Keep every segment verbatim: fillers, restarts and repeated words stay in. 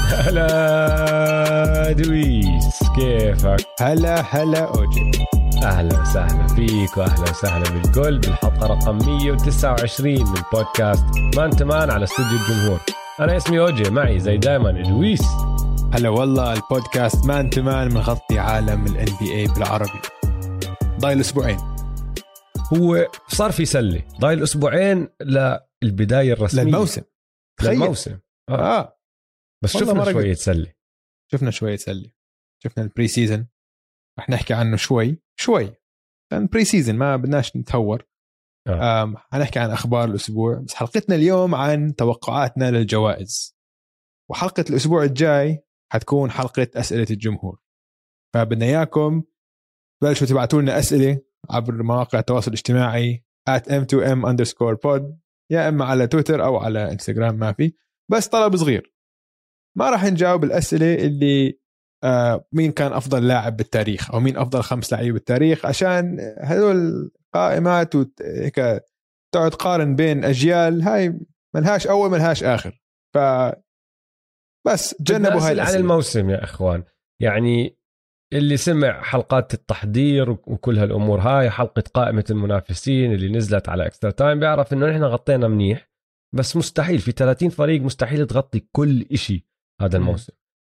هلا دويس، كيفك؟ هلا هلا أوجي. أهلا وسهلا فيك وأهلا وسهلا بالكل بالحلقة رقم مية وتسعة وعشرين من بودكاست مان تمان على استوديو الجمهور. أنا اسمي أوجي، معي زي دايما دويس. هلا والله، البودكاست مان تمان مغطي عالم ال إن بي إيه بالعربي. ضايل أسبوعين، هو صار في سلة، ضايل أسبوعين للبداية الرسمية للموسم. للموسم آه. آه. بس شفنا شوية سلة شفنا شوية سلة شفنا البري سيزن، رح نحكي عنه شوي شوي لأن بري سيزن ما بدناش نتهور. آه. هنحكي عن أخبار الأسبوع، بس حلقتنا اليوم عن توقعاتنا للجوائز، وحلقة الأسبوع الجاي حتكون حلقة أسئلة الجمهور. فبدنا إياكم بلشوا تبعتوا لنا أسئلة عبر مواقع التواصل الاجتماعي at إم تو إم underscore pod، يا إما على تويتر أو على إنستغرام. ما في بس طلب صغير، ما راح نجاوب الأسئلة اللي آه مين كان أفضل لاعب بالتاريخ أو مين أفضل خمس لاعبين بالتاريخ، عشان هذول قائمات وهيك تقعد قارن بين أجيال، هاي ملهاش أول ملهاش آخر. ف بس تجنبوا هاي الأسئلة عن الموسم يا إخوان. يعني اللي سمع حلقات التحضير وكل هالأمور، هاي حلقة قائمة المنافسين اللي نزلت على اكسترا تايم، بيعرف إنه نحن غطينا منيح، بس مستحيل في ثلاثين فريق مستحيل تغطي كل إشي هذا الموسم.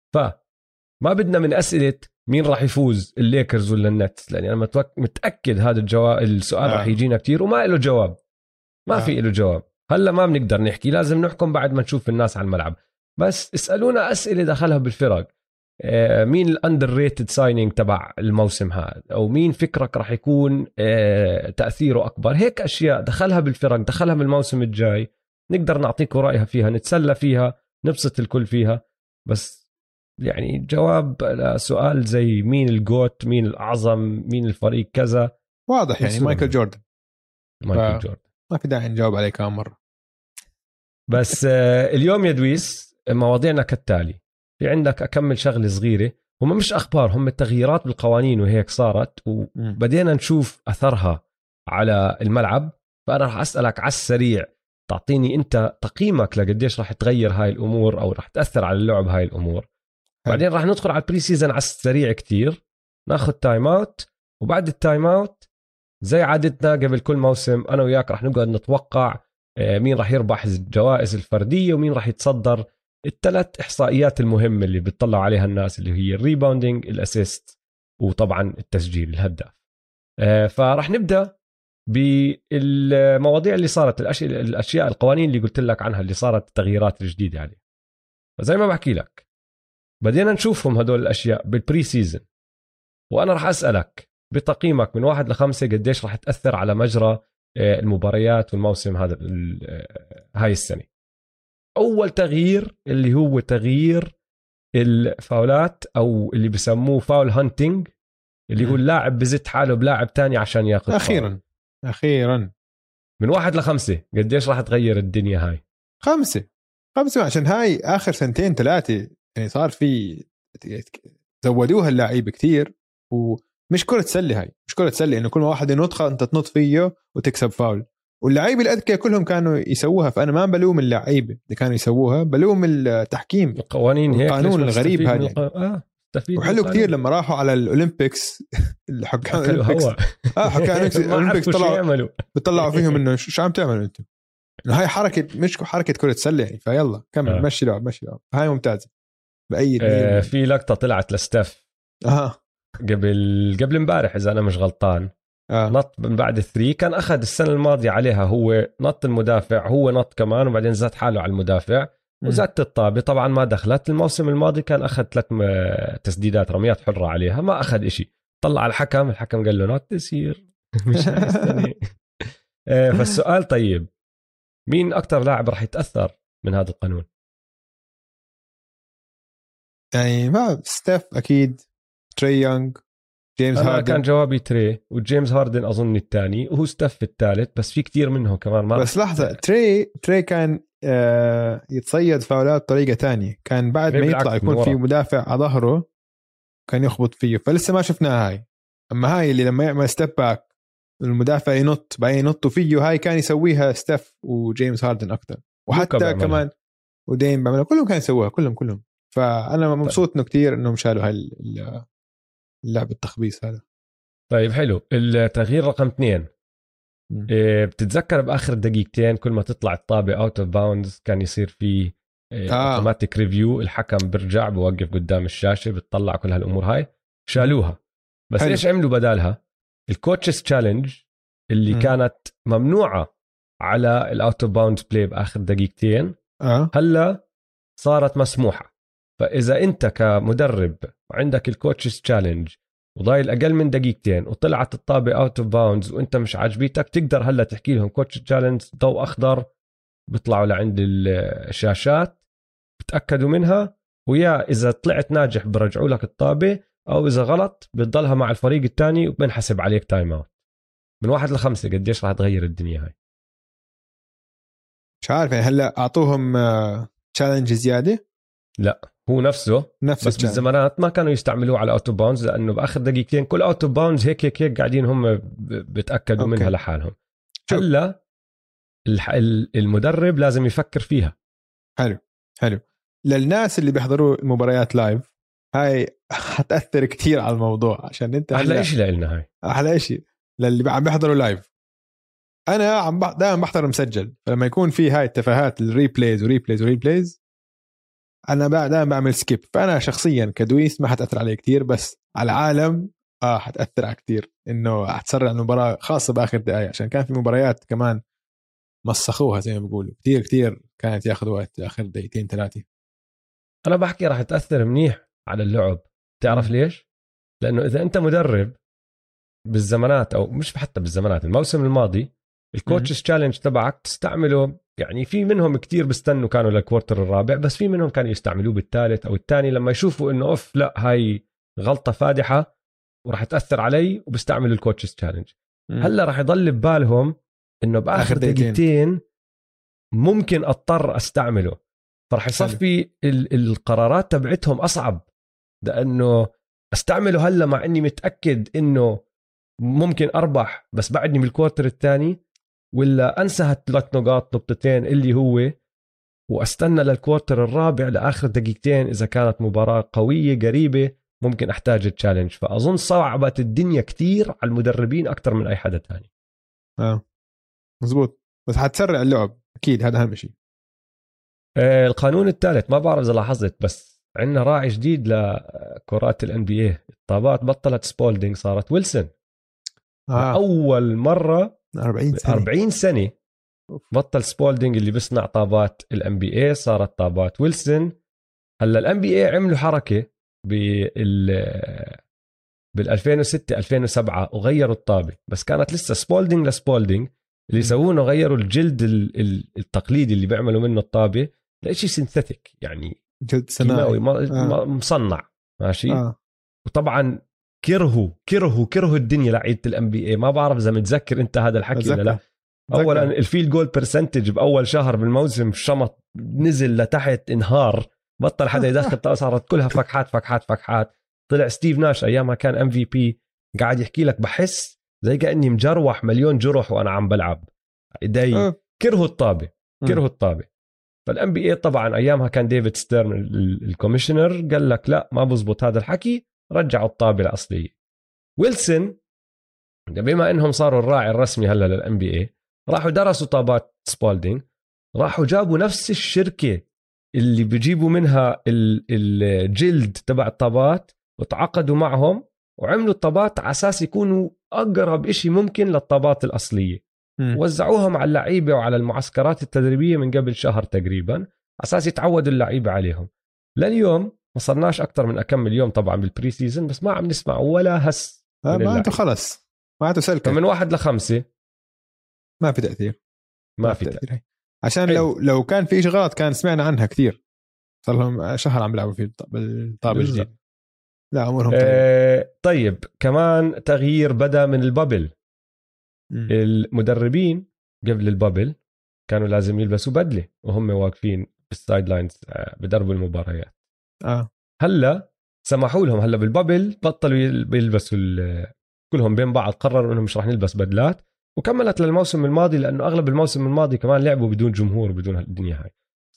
فما بدنا من أسئلة مين راح يفوز الليكرز ولا النتس، لأني أنا متأكد هذا الجواب السؤال آه. راح يجينا كتير وما له جواب، ما آه. في له جواب. هلا ما بنقدر نحكي، لازم نحكم بعد ما نشوف الناس على الملعب. بس اسألونا أسئلة دخلها بالفرق، آه مين الأندر ريتد ساينينج تبع الموسم هذا، أو مين فكرك راح يكون آه تأثيره أكبر. هيك أشياء دخلها بالفرق، دخلها بالموسم الجاي، نقدر نعطيكم رأيها فيها، نتسلى فيها، نبسط الكل فيها. بس يعني جواب لسؤال زي مين الجوت، مين الأعظم، مين الفريق كذا، واضح يعني مايكل جوردن. مايكل ف... جوردن ما في داعي نجاوب عليه كم مرة. بس اليوم يا دويس مواضيعنا كالتالي. في عندك أكمل شغلة صغيرة، هم مش أخبار، هم التغييرات بالقوانين وهيك صارت وبدينا نشوف أثرها على الملعب. فأنا رح أسألك على السريع تعطيني أنت تقييمك لقديش رح تغير هاي الأمور أو رح تأثر على اللعب هاي الأمور. بعدين رح ندخل على البري سيزن على السريع كتير، ناخد تايم اوت، وبعد التايم اوت زي عادتنا قبل كل موسم أنا وياك رح نقعد نتوقع مين رح يربح الجوائز الفردية ومين رح يتصدر الثلاث إحصائيات المهمة اللي بتطلع عليها الناس، اللي هي الريباوندينج، الأسيست، وطبعا التسجيل، الهداف. فرح نبدأ بالمواضيع اللي صارت، الأشياء القوانين اللي قلت لك عنها اللي صارت التغييرات الجديدة عليه. فزي ما بحكي لك بدينا نشوفهم هدول الأشياء بالبري سيزن، وأنا رح أسألك بتقييمك من واحد لخمسة قديش رح تأثر على مجرى المباريات والموسم هذا هاي السنة. أول تغيير اللي هو تغيير الفاولات، أو اللي بسموه فاول هانتينج، اللي هو اللاعب بزت حاله بلاعب تاني عشان ياخذ أخيرا فاول. أخيرا من واحد لخمسة قديش راح تغير الدنيا هاي؟ خمسة خمسة عشان هاي آخر سنتين ثلاثة يعني صار في زودوها اللاعب كتير، ومش كرة سلة، هاي مش كرة سلة إنه كل ما واحد ينط أنت تنط فيه وتكسب فاول، واللاعبين الأذكياء كلهم كانوا يسووها. فأنا ما بلوم اللاعبين اللي كانوا يسووها، بلوم التحكيم، القوانين هيك، القانون الغريب هذا يعني. آه. وحلو كتير لما راحوا على الأولمبيكس الحكام الأولمبيكس اه حكام الأولمبيكس طلعوا بيطلعوا فيهم إنه شو عم تعملوا أنتم، إنه هاي حركة مش حركة كرة سلة يعني. فيلا كمل آه. مشي لعب مشي لعب، هاي ممتازة بأي آه. في لقطة طلعت لستاف آه. قبل قبل امبارح إذا أنا مش غلطان، آه. نط من بعد الثري، كان أخذ السنة الماضية عليها، هو نط المدافع، هو نط كمان وبعدين زاد حاله على المدافع وزادت الطابة، طبعا ما دخلت. الموسم الماضي كان أخذ ثلاث تسديدات رميات حرة عليها، ما أخذ إشي. طلع على الحكم، الحكم قال له نوت تسير مش هيستني. فالسؤال طيب، مين أكتر لاعب رح يتأثر من هذا القانون؟ يعني ما ستيف أكيد، تري يونغ، جيمس أنا هاردن. كان جوابي تري، وجيمس هاردن أظن الثاني، وهو ستيف الثالث، بس في كتير منه كمان ما. بس لحظة، تري تري كان آه يتصيد فاولات بطريقة تانية، كان بعد ما يطلع يكون في مدافع على ظهره كان يخبط فيه، فلسه ما شفناها هاي. أما هاي اللي لما يعمل ستيب باك المدافع ينط بعدين ينطوا فيه، هاي كان يسويها ستيف وجيمس هاردن أكتر، وحتى كمان ودين بعملها، كلهم كانوا يسووها، كلهم كلهم فانا مبسوط انه كتير انهم شالوا هاي اللعب التخبيص هذا. طيب حلو. التغيير رقم اثنين، إيه بتتذكر باخر دقيقتين كل ما تطلع الطابه اوت اوف باوندز كان يصير في اوتوماتيك آه. ريفيو، الحكم برجع بوقف قدام الشاشه بتطلع كل هالامور هاي، شالوها. بس حلو. ايش عملوا بدالها؟ الكوتشز تشالنج اللي م. كانت ممنوعه على الاوت اوف باوندز بلاي باخر دقيقتين آه. هلا صارت مسموحه. فاذا انت كمدرب عندك الكوتشز تشالنج وضايل اقل من دقيقتين وطلعت الطابه اوت اوف باوندز وانت مش عاجبيتك، تقدر هلا تحكي لهم كوتش تشالنج، ضوء اخضر، بيطلعوا لعند الشاشات بتاكدوا منها، ويا اذا طلعت ناجح برجعوا لك الطابه، او اذا غلط بتضلها مع الفريق الثاني وبنحسب عليك تايم اوت. من واحد لخمسة قديش راح تغير الدنيا هاي؟ مش عارف يعني. هلا اعطوهم تشالنج زياده؟ لا هو نفسه نفس بس الجانب. بالزمانات ما كانوا يستعملوه على اوتو باونز، لانه باخر دقيقتين كل اوتو باونز هيك هيك هيك قاعدين هم بتاكدوا أوكي. منها لحالهم. هلا المدرب لازم يفكر فيها. حلو حلو. للناس اللي بيحضروا المباريات لايف هاي حتأثر كتير على الموضوع، عشان انت احلى شيء لنا هاي، احلى شيء للي عم بيحضروا لايف. انا عم دائما بحضر مسجل، فلما يكون في هاي التفاهات الريبليز وريبليز وريبليز انا دائما بعمل سكيب. فانا شخصيا كدويس ما حتأثر عليه كتير، بس على العالم اه حتأثر على كتير، انه حتسرع المباراة خاصة باخر دقائق، عشان كان في مباريات كمان مسخوها زي ما بيقولوا كتير كتير، كانت ياخذ وقت اخر دقيقتين ثلاثة. انا بحكي راح تأثر منيح على اللعب. تعرف م. ليش؟ لانه اذا انت مدرب بالزمانات، او مش حتى بالزمانات، الموسم الماضي الكوتشز تشالنج تبعك تستعمله، يعني في منهم كتير بستنوا كانوا للكوارتر الرابع، بس في منهم كانوا يستعملوه بالثالث او الثاني لما يشوفوا انه اوف لا هاي غلطة فادحة وراح تأثر علي، وبستعملوا الكوتشز تشالنج. هلا راح يضل ببالهم انه باخر دقيقتين ممكن اضطر استعمله، فرح يصفي القرارات تبعتهم اصعب، لانه استعمله هلا مع اني متاكد انه ممكن اربح بس بعدني بالكوارتر الثاني، ولا انسى هالثلاث نقاط نقطتين اللي هو واستنى للكوارتر الرابع لاخر دقيقتين اذا كانت مباراه قويه قريبه ممكن احتاج التشالنج. فاظن صعبت الدنيا كتير على المدربين اكثر من اي حدا تاني. اه مزبوط، بس حتسرع اللعب اكيد، هذا اهم شيء. آه القانون الثالث، ما بعرف اذا لاحظت بس عندنا راعي جديد لكرات الان بي اي، الطابات بطلت سبولدينج صارت ويلسون. آه. اول مره أربعين سنة. أربعين سنة بطل سبولدينج اللي بيصنع طابات الان بي اي، صارت طابات ويلسون. هلا الان بي اي عملوا حركه بال بال ألفين وستة ألفين وسبعة وغيروا الطابه، بس كانت لسه سبولدينج لسبولدينج. اللي يسوونه غيروا الجلد التقليدي اللي بيعملوا منه الطابه لشيء سينثيتيك، يعني جلد صناعي آه. مصنع ماشي آه. وطبعا كرهوا كرهوا كرهوا الدنيا لعيبه الام بي اي. ما بعرف اذا متذكر انت هذا الحكي ولا لا. اولا الفيل جول برسنتج باول شهر بالموسم شمط نزل لتحت، انهار، بطل حدا يدخل، صارت كلها فكحات فكحات فكحات. طلع ستيف ناش ايامها كان ام في بي قاعد يحكي لك بحس زي كاني مجروح مليون جروح وانا عم بلعب ايدي. كرهوا الطابه كرهوا الطابه. فالان بي اي طبعا ايامها كان ديفيد ستيرن الكوميشنر قال لك لا ما بزبط هذا الحكي، رجعوا الطابه الاصليه. ويلسون بما انهم صاروا الراعي الرسمي هلا للان بي اي، راحوا درسوا طابات سبولدينج، راحوا جابوا نفس الشركه اللي بيجيبوا منها الجلد تبع الطابات وتعاقدوا معهم وعملوا الطابات على اساس يكونوا اقرب إشي ممكن للطابات الاصليه. م. وزعوها مع اللعيبه وعلى المعسكرات التدريبيه من قبل شهر تقريبا على اساس يتعودوا اللعيبه عليهم. لليوم ما صرناش اكثر من اكمل يوم طبعا بالبري سيزن، بس ما عم نسمع ولا هس. ما انتوا خلص ما انتوا سلكه من واحد لخمسة ما في تاثير ما, ما في تأثير, تأثير. عشان لو لو كان في شيء غلط كان سمعنا عنها كثير. صار لهم شهر عم بيلعبوا في بالطابه الجديد. لا امورهم آه طيب كمان تغيير بدا من البابل. م. المدربين قبل البابل كانوا لازم يلبسوا بدله وهم واقفين بالسايد لاينز بدربوا المباريات. اه هلا سمحوا لهم. هلا بالبابل بطلوا يلبسوا كلهم بين بعض، قرروا انهم مش راح نلبس بدلات، وكملت للموسم الماضي لانه اغلب الموسم الماضي كمان لعبوا بدون جمهور بدون الدنيا هاي.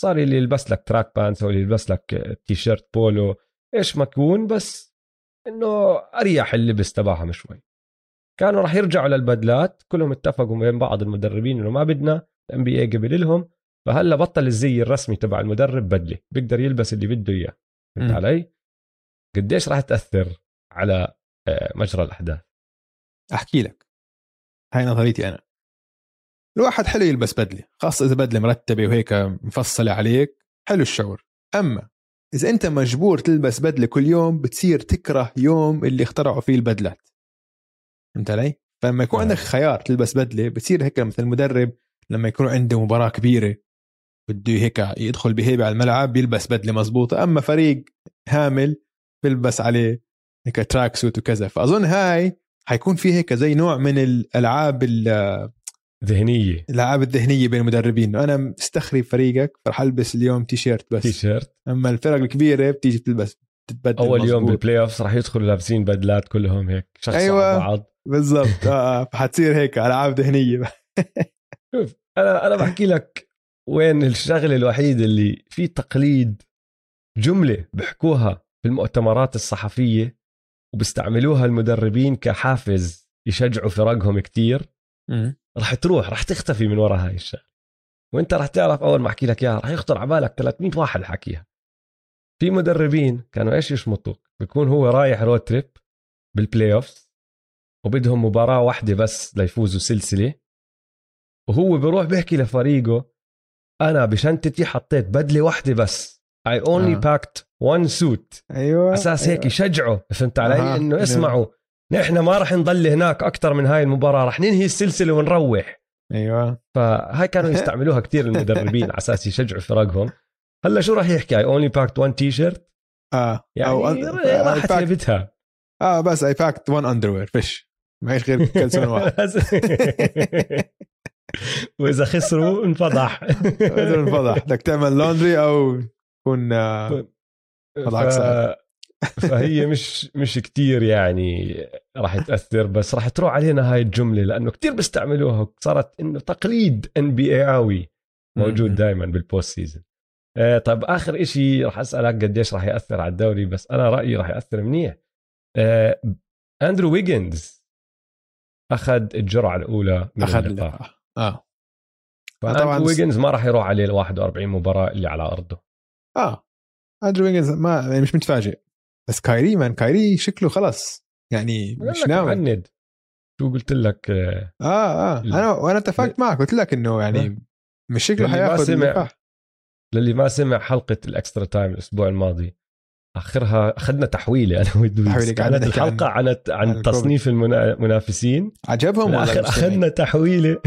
صار اللي يلبس لك تراك بانس او اللي يلبس لك تي شيرت بولو ايش ما تكون، بس انه اريح اللبس تبعهم شوي. كانوا راح يرجعوا للبدلات، كلهم اتفقوا بين بعض المدربين انه ما بدنا، الام بي اي قبل لهم، فهلا بطل الزي الرسمي تبع المدرب بدله، بيقدر يلبس اللي بده اياه. فهمت علي؟ قديش راح تاثر على مجرى الاحداث؟ احكي لك، هاي نظريتي انا. الواحد حلو يلبس بدله، خاصه اذا بدله مرتبه وهيك مفصله عليك، حلو الشعور. اما اذا انت مجبور تلبس بدله كل يوم، بتصير تكره يوم اللي اخترعوا فيه البدلات. فهمت علي؟ فلما يكون عندك خيار تلبس بدله، بتصير هيك مثل المدرب لما يكون عنده مباراه كبيره بده هيك يدخل بهيبه على الملعب، بيلبس بدله مزبوطه. اما فريق هامل بيلبس عليه هيك تراك سوت وكذا. فاظن هاي حيكون في هيك زي نوع من الالعاب ذهنيه، الالعاب الذهنيه بين المدربين، انه انا مستخرب فريقك فرح البس اليوم تي شيرت بس تي شيرت. اما الفرق الكبيره بتيجي بتلبس تتبدل اول مزبوط. يوم بالبلاي اوف راح يدخلوا لابسين بدلات كلهم هيك شخص أيوة على بعض بالضبط. اه فحتصير هيك العاب ذهنيه. شوف انا انا بحكي لك وين الشغله الوحيده اللي في تقليد، جمله بحكوها في المؤتمرات الصحفيه وبيستعملوها المدربين كحافز يشجعوا فرقهم كتير، راح تروح راح تختفي من وراء هاي الشغله. وانت راح تعرف اول ما احكي لك اياها راح يخطر على بالك ثلاثمية واحد حكيها. في مدربين كانوا ايش يشمطوك، بيكون هو رايح رود تريب بالبلاي اوف وبدهم مباراه واحده بس ليفوزوا سلسله، وهو بيروح بيحكي لفريقه انا بشنطتي حطيت بدله واحده بس، I only آه. packed one suit. ايوه اساس أيوة. هيك يشجعوا. فهمت علي؟ آه. انه اسمعوا نحن ما راح نضل هناك اكثر من هاي المباراه، راح ننهي السلسله ونروح. ايوه فهاي كانوا يستعملوها كتير المدربين على اساس يشجعوا فرقهم. هلا شو راح يحكي؟ I only packed one t-shirt. اه يعني أو راحت هيبتها. اه بس I packed one underwear فيش، معيش غير كلسون واحد. واذا خسروا انفضح. اذا انفضح بدك تعمل لوندري او تكون فضحك صعب. فهي مش مش كتير يعني راح تأثر، بس راح تروح علينا هاي الجملة لأنه كتير بيستعملوها، صارت إنه تقليد إن بي إيه آوي موجود دائما بالبوست سيزن. آه طيب آخر إشي راح أسألك قديش راح يأثر على الدوري، بس أنا رأيي راح يأثر منيح. آه أندرو ويجنز أخذ الجرعة الأولى من أخذ اللقاح. آه فأندرو ويجنز ما راح يروح عليه ال واحد وأربعين مباراة اللي على أرضه. آه أندرو ويجنز ما يعني مش متفاجئ، بس كايري مان كايري شكله خلص يعني مش ناوي. عند شو قلت لك؟ اه اه انا وانا اتفقت معك، قلت لك انه يعني مش شكله حياخذ اللقاح. للي ما سمع حلقه الاكسترا تايم الاسبوع الماضي اخرها اخذنا تحويله انا ودويس، كانت الحلقه عن عن, عن تصنيف المنافسين. عجبهم ولا اخذنا تحويله.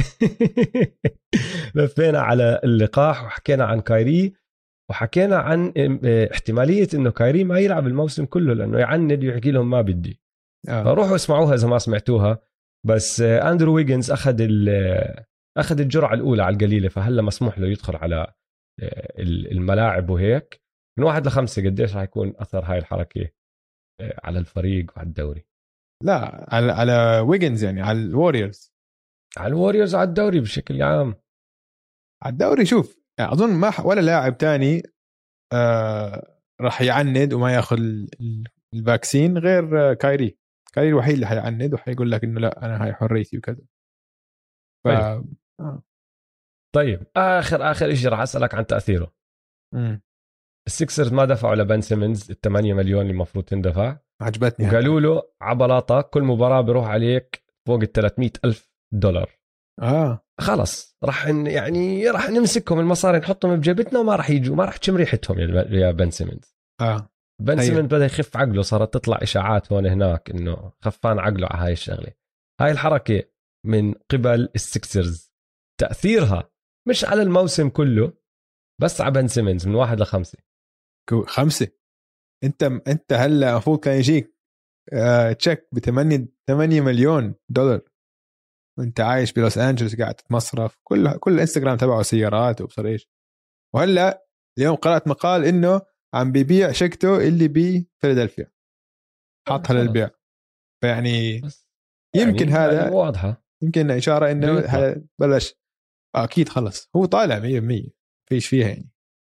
لفينا على اللقاح وحكينا عن كايري، وحكينا عن احتماليه انه كايري ما يلعب الموسم كله لانه يعند ويحكي لهم ما بدي. آه. فروحوا اسمعوها اذا ما سمعتوها. بس اندرو ويجنز اخذ اخذ الجرعه الاولى على القليله، فهلا مسموح له يدخل على الملاعب وهيك. من واحد لخمسة قديش راح يكون اثر هاي الحركه على الفريق وعلى الدوري؟ لا على على ويجنز يعني على الواريورز على الواريورز على الدوري بشكل عام. على الدوري شوف يعني اظن ما ولا لاعب تاني آه راح يعند وما ياخذ الفاكسين غير كايري. كايري الوحيد اللي حيعند وحيقول لك انه لا انا هاي حريتي وكذا. ف... طيب. آه. طيب اخر اخر شيء راح اسالك عن تاثيره. امم السكسرز ما دفعوا لبن سيمنز الثمانية مليون اللي المفروض تندفع. عجبتني وقالوا له عبلاطه كل مباراه بيروح عليك فوق ال ثلاثمية ألف دولار. اه خلص راح يعني راح نمسكهم المصاري نحطهم بجيبتنا وما راح يجوا، ما راح تشم ريحتهم يا بن سيمنز. اه بن سيمنز بدا يخف عقله، صارت تطلع اشاعات هون هناك انه خفان عقله على هاي الشغله. هاي الحركه من قبل السكسرز تاثيرها مش على الموسم كله بس على بن سيمنز. من واحد لخمسة خمسة. انت انت هلا المفروض كان يجيك آه تشيك بثمانية ثمانية مليون دولار وانت عايش بلوس انجلوس قاعد تتمصرف. كل كل الانستغرام تبعه سيارات وبصر ايش. وهلا اليوم قرأت مقال انه عم بيبيع شركته اللي بفيلادلفيا، حاطها للبيع. فيعني يمكن يعني هذا واضحه، يمكن اشاره انه بلش اكيد خلص هو طالع مية بالمية فيش فيها يعني.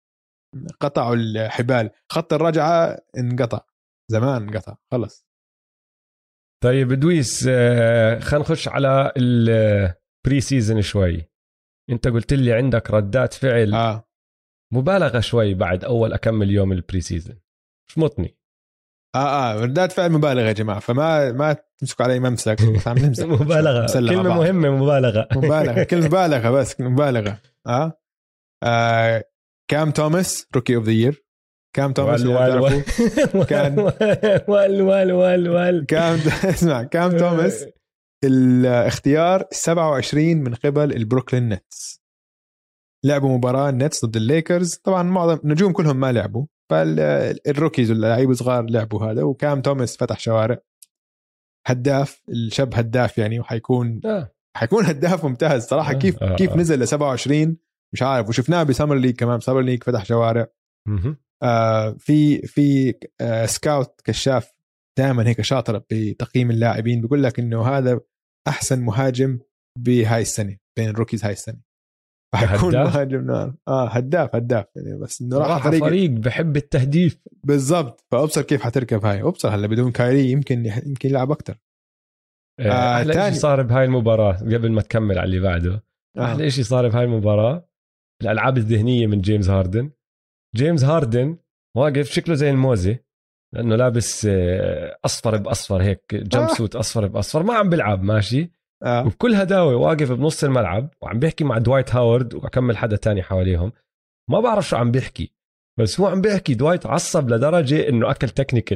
قطعوا الحبال، خط الرجعة انقطع زمان، انقطع خلص. طيب دويس، خلينا نخش على البري سيزن شوي. انت قلت لي عندك ردات فعل آه. مبالغة شوي بعد أول أكمل يوم البري سيزن، شمطني. اه اه ردات فعل مبالغه يا جماعه، فما ما تمسكوا علي ممسك، بس عم نمسك. مبالغه، كلمه مهمه، مبالغه مبالغه كلمه مبالغه بس مبالغه. آه. اه كام توماس روكي اوف ذا يير. كام توماس وال وال كان وال وال وال وال كام اسمع كام توماس الاختيار سبعة وعشرين من قبل البروكلين نتس. لعبوا مباراه النتس ضد الليكرز، طبعا معظم النجوم كلهم ما لعبوا، فالروكيز واللاعبين صغار لعبوا هذا. وكام توماس فتح شوارع، هداف الشاب هداف يعني، وحيكون آه. حيكون هداف ممتاز صراحه. آه. كيف آه. كيف آه. نزل ل سبعة وعشرين مش عارف. وشفناه بسمر ليج كمان، سمر ليج فتح شوارع. آه في في آه سكاوت كشاف دائما هيك شاطر بتقييم اللاعبين، بيقول لك انه هذا احسن مهاجم بهاي السنه بين الروكيز هاي السنه، حيكون مهاجم نار. اه هداف هداف يعني، بس انه راح فريق, فريق بحب التهديف بالضبط. فابصر كيف حتركب هاي. ابصر هلا بدون كايري يمكن يمكن يلعب اكتر. آه احلى شيء صار بهاي المباراه قبل ما تكمل على اللي بعده. آه. احلى شيء صار بهاي المباراه الالعاب الذهنيه من جيمس هاردن. جيمس هاردن واقف شكله زي الموزه، لانه لابس اصفر باصفر هيك جمب سوت اصفر باصفر، ما عم بلعب ماشي. آه. وبكل هداوه واقف بنص الملعب وعم بيحكي مع دوايت هاورد وأكمل حدا تاني حواليهم، ما بعرف شو عم بيحكي، بس هو عم بيحكي. دوايت عصب لدرجه انه اكل تكنيكال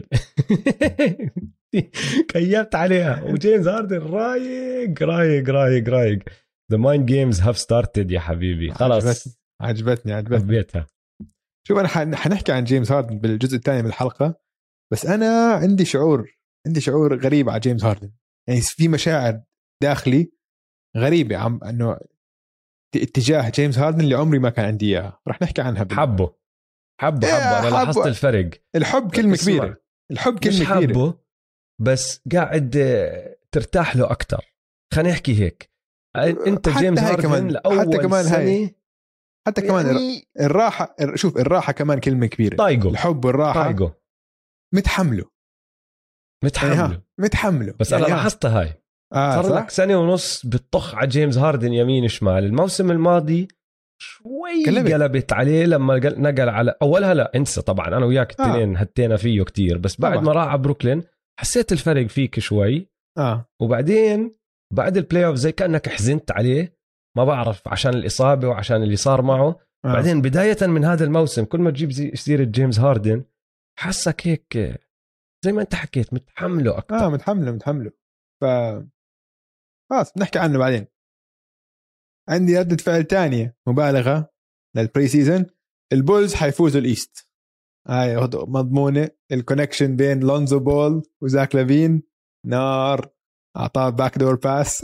كيبت عليها. وجيمس هاردن رايق رايق رايق رايق. The mind games have started يا حبيبي. خلاص عجبتني عجبتني حبيتها. شوف أنا حنحكي عن جيمس هاردن بالجزء الثاني من الحلقة، بس أنا عندي شعور عندي شعور غريب على جيمس هاردن. يعني في مشاعر داخلي غريبة عم أنه اتجاه جيمس هاردن اللي عمري ما كان عندي إياها. رح نحكي عنها بال... حبه حبه حبه أنا لاحظت الفرق. الحب كلمة كبيرة. الحب كلمة كبيرة. حبه بس قاعد ترتاح له أكتر. خلينا نحكي هيك. أنت جيمس هاردن لأول حتى كمان سنة هاي. حتى كمان يعني الراحة. شوف الراحة كمان كلمة كبيرة. طايقه. الحب والراحة طايقه. متحمله متحمله يعني متحمله بس يعني أنا لاحظتها هاي. آه صار لك سنة ونص بتطخ على جيمس هاردن يمين شمال. الموسم الماضي شوي كلمت. قلبت عليه لما نقل على أولها. لا انسى طبعا، أنا وياك التنين آه. هتينا فيه كتير، بس بعد طبعا. ما راح على بروكلين حسيت الفرق فيك شوي. آه. وبعدين بعد البلاي اوف زي كأنك حزنت عليه، ما بعرف عشان الإصابة وعشان اللي صار معه. آه. بعدين بداية من هذا الموسم كل ما تجيب سيرة جيمس هاردن حسك هيك زي ما انت حكيت متحمله أكتر. آه متحمله متحمله ف خلاص نحكي عنه بعدين. عندي ردة فعل تانية مبالغة للبري سيزن. البولز حيفوزوا الإيست. هاي مضمونة. الكونكشن بين لونزو بول وزاك لافين نار. أعطاه باك دور باس.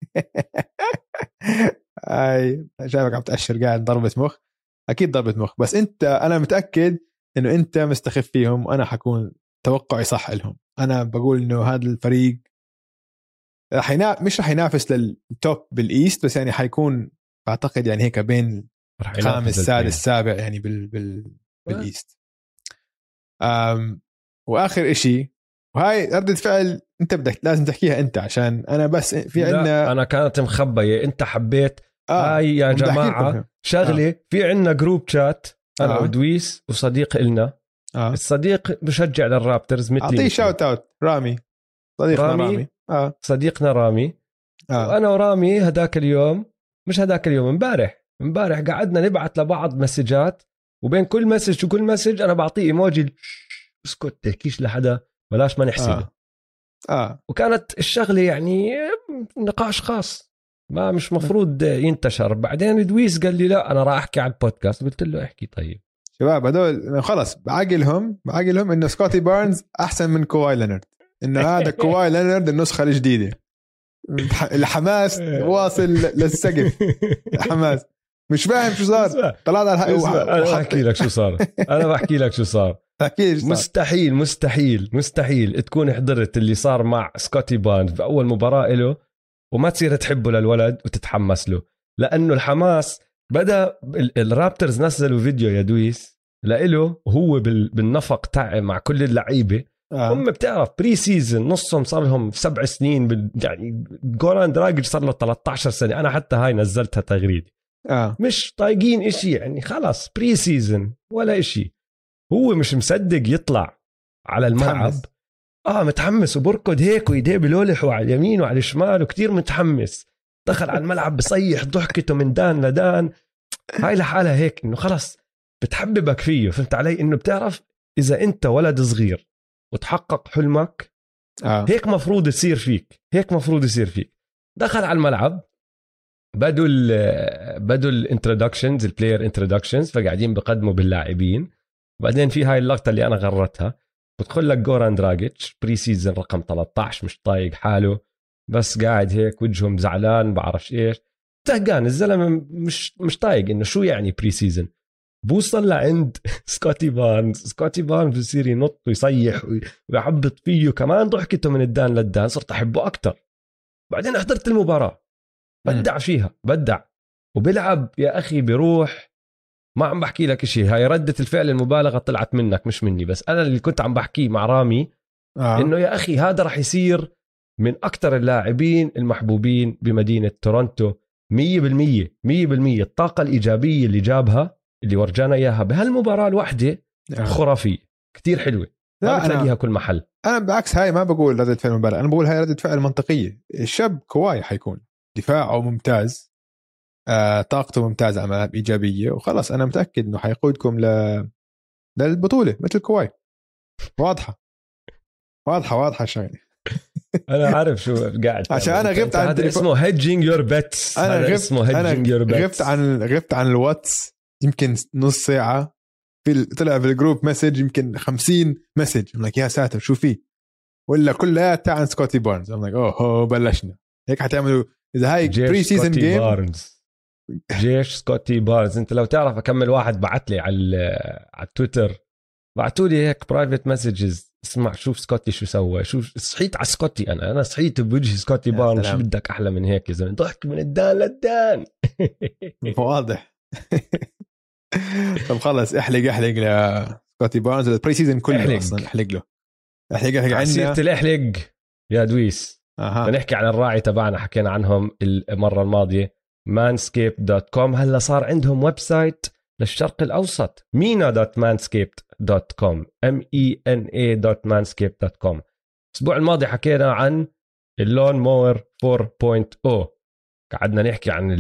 هاي شايفك عم تأشر قاعد ضربة مخ. أكيد ضربة مخ، بس أنت أنا متأكد إنه أنت مستخف فيهم وأنا حكون توقعي صح لهم. أنا بقول إنه هذا الفريق رح ينا... مش رح ينافس للتوب بالإيست، بس يعني حيكون بعتقد يعني هيك بين الخامس السادس السابع يعني بال... بال... بالإيست. أم... وآخر إشي، وهاي ردة فعل أنت بدك لازم تحكيها أنت، عشان أنا بس في عنا أنا كانت مخبية أنت حبيت. آه. هاي يا جماعة شغلة. آه. في عنا جروب شات أنا آه. ودويس وصديق إلنا. آه. الصديق بشجع للرابترز مثلي. أعطيه شاوت أوت رامي صديقنا رامي, رامي. آه. صديقنا رامي. آه. وأنا ورامي هداك اليوم مش هداك اليوم امبارح امبارح قعدنا نبعت لبعض مسجات، وبين كل مسج وكل مسج أنا بعطيه إيموجي اسكت تحكيش لحدا بلاش ما نحسده. آه. آه. وكانت الشغلة يعني نقاش خاص ما مش مفروض ينتشر. بعدين دويس قال لي لا أنا راح أحكي على البودكاست. قلت له احكي. طيب شباب هدول خلص بعقلهم بعقلهم إنه سكوتي بارنز أحسن من كواي لينارد، إنه هذا كواي لينارد النسخة الجديدة. الحماس واصل للسقف. الحماس مش فاهم شو صار. طلعت على انا بحكي لك شو صار. انا بحكي لك شو صار. مستحيل مستحيل مستحيل تكون حضرت اللي صار مع سكوتي بارنز باول مباراة له وما تصير تحبه للولد وتتحمس له، لانه الحماس بدا. الرابترز نزلوا فيديو يا دويس لإله وهو بالنفق تاع مع كل اللعيبه. آه. هم بتعرف بري سيزن نصهم صار لهم سبع سنين بال... يعني جوران دراجيج صار له ثلاثة عشر سنه. انا حتى هاي نزلتها تغريده. آه. مش طايقين إشي يعني خلاص بري سيزن ولا إشي. هو مش مصدق يطلع على الملعب متحمس. اه متحمس وبركض هيك ويديه بلولح وعلى اليمين وعلى الشمال وكتير متحمس. دخل على الملعب بصيح ضحكته من دان لدان. هاي لحالها هيك انه خلص بتحببك فيه. فهمت علي؟ انه بتعرف اذا انت ولد صغير وتحقق حلمك آه. هيك مفروض يصير فيك. هيك مفروض يصير فيك. دخل على الملعب بدوا ال بدوا الانترودكشنز البلاير انترودكشنز فقاعدين بقدموا باللاعبين. بعدين في هاي اللقطة اللي أنا غرتها بدخل لك جوران دراجيتش بري سيزن رقم ثلاثة عشر مش طايق حاله بس قاعد هيك وجههم زعلان بعرفش إيش تهقان الزلمة مش مش طايق إنه شو يعني بري سيزن. بوصل لعند سكوتي بارنز. سكوتي بارنز بصير ينط ويصيح ويعبط فيه كمان ضحكته من الدان للدان. صرت أحبه أكتر. بعدين حضرت المباراة بدع فيها بدع وبلعب يا أخي بيروح. ما عم بحكي لك إشي. هاي ردة الفعل المبالغة طلعت منك مش مني بس أنا اللي كنت عم بحكيه مع رامي. آه. إنه يا أخي هذا رح يصير من أكتر اللاعبين المحبوبين بمدينة تورونتو. مية بالمية مية بالمية الطاقة الإيجابية اللي جابها اللي ورجانا إياها بهالمباراة الواحدة آه. خرافية كتير حلوة. ما بتلاقيها كل محل. أنا بالعكس هاي ما بقول ردة فعل مبالغة. أنا بقول هاي ردة فعل منطقية. الشاب كواي حيكون دفاعه ممتاز. آه، طاقته ممتازة عملها إيجابية وخلص أنا متأكد إنه حيقودكم ل... للبطولة مثل كواي. واضحة واضحة واضحة شيء. أنا عارف شو قاعد عشان أنا غبت عن هذا اسمه hedging your bets. أنا غبت اسمه hedging your bets. غبت عن غبت عن الواتس يمكن نص ساعة. في طلع في الجروب مسج يمكن خمسين مسج. I'm like يا ساتر شو فيه ولا كلها عن سكوتي بارنز. I'm like أوه بلشنا هيك حتعملوا إذا هاي بري سيزن جيم. جيش سكوتي بارنز. انت لو تعرف اكمل واحد بعت لي على على تويتر بعتوا لي هيك برايفت مسجز. اسمع شوف سكوتي شو سوى. شوف صحيت على سكوتي. انا انا صحيت بوجه سكوتي بارنز. شو بدك احلى من هيك يا زلمه؟ ضحك من الدان للدان. واضح. طب خلص احلق احلق لسكوتي بارنز البري سيزن كله. احلق. اصلا احلق له احلق احلق عندنا سيرة الاحلق يا دويس. أه. بنحكي عن الراعي تبعنا حكينا عنهم المره الماضيه مانسكيب دوت كوم. هلا صار عندهم ويب سايت للشرق الأوسط مينا دوت مانسكيب دوت كوم ام اي ان اي دوت مانسكيب دوت كوم. الأسبوع الماضي حكينا عن اللون مور فور نقطة صفر. قعدنا نحكي عن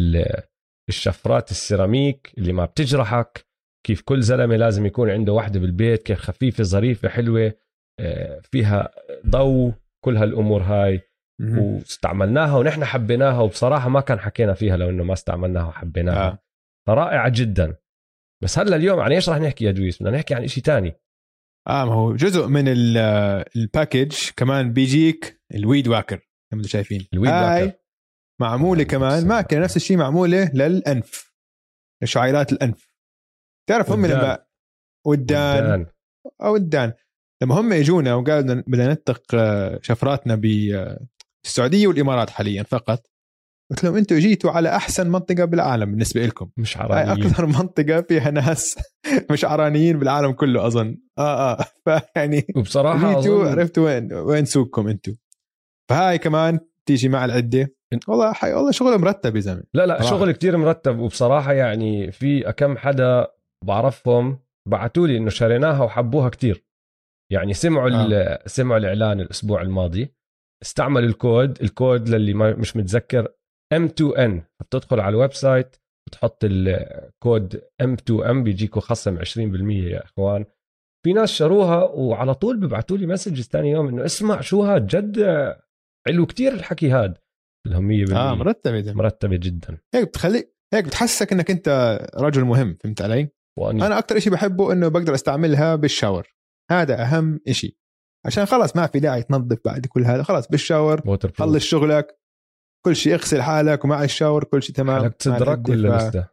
الشفرات السيراميك اللي ما بتجرحك. كيف كل زلمة لازم يكون عنده واحدة بالبيت. كيف خفيفة ظريفة حلوة فيها ضوء. كل هالأمور هاي واستعملناها ونحن حبيناها. وبصراحة ما كان حكينا فيها لو إنه ما استعملناها وحبيناها. آه. رائعة جدا. بس هلا اليوم عن إيش راح نحكي يا دويس؟ بدنا نحكي عن إشي تاني. آه ما هو جزء من الباكيج كمان بيجيك الويد واكر كما انتم شايفين. الويد واكر معمولة كمان ماكينة نفس الشيء معمولة للأنف لشعيرات الأنف. تعرف هم لما ودان أو الدان لما هم يجونا وقالوا بدنا نتق شفراتنا بالسعودية والإمارات حاليا فقط. قلت لهم أنتوا جيتوا على أحسن منطقة بالعالم بالنسبة لكم. مش عرانيين. أكثر منطقة فيها ناس مش عرانيين بالعالم كله أظن. آه آه فيعني وبصراحة جيتوا أظن... عرفتوا وين وين سوقكم أنتوا. فهاي كمان تيجي مع العدة. والله حي... والله شغل مرتب يا زلمة. لا لا صراحة. شغل كتير مرتب. وبصراحة يعني في كم حدا بعرفهم بعتوا لي إنه شريناها وحبوها كتير. يعني سمعوا آه. سمعوا الإعلان الأسبوع الماضي. استعمل الكود الكود للي ما مش متذكر إم تو إن. بتدخل على الويب سايت بتحط الكود إم تو إم بيجيكوا خصم عشرين بالمية يا إخوان. في ناس شروها وعلى طول بيبعتوا لي مسجز تاني يوم إنه اسمع شو هاد جد حلو كتير الحكي هاد. لهم مية بالمية آه مرتبة مرتبة جدا. هيك بتخلي هيك بتحسسك إنك أنت رجل مهم. فهمت علي؟ وأني. أنا أكتر إشي بحبه إنه بقدر أستعملها بالشاور. هذا أهم إشي عشان خلاص ما في داعي تنظف بعد كل هذا. خلاص بالشاور خلص شغلك كل شيء اغسل حالك ومع الشاور كل شيء تمام. حالك تدرك ولا ف... لسه؟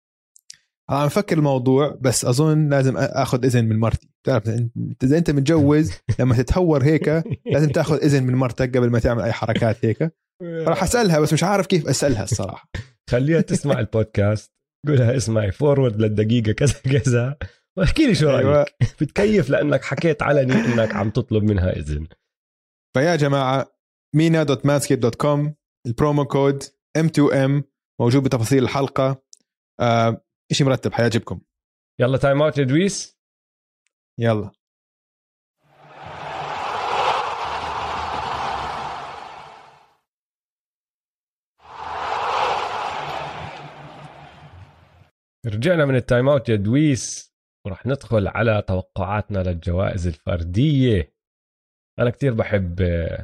أنا مفكر الموضوع بس أظن لازم أخذ إذن من مرتي. تعرف إذا أنت متجوز لما تتهور هيك لازم تأخذ إذن من مرتك قبل ما تعمل أي حركات هيك. راح أسألها بس مش عارف كيف أسألها الصراحة. خليها تسمع البودكاست قولها اسمعي فورورد للدقيقة كذا كذا احكي لي شو رايك. أيوة. بتكيف لانك حكيت علني انك عم تطلب منها اذن. فيا جماعه مينا دوت مانسكيب دوت كوم البرومو كود إم تو إم موجود بتفاصيل الحلقه. آه، إشي مرتب حيعجبكم. يلا تايم اوت يا دويس. يلا رجعنا من التايم اوت يا دويس، ورح ندخل على توقعاتنا للجوائز الفرديه. انا كتير بحب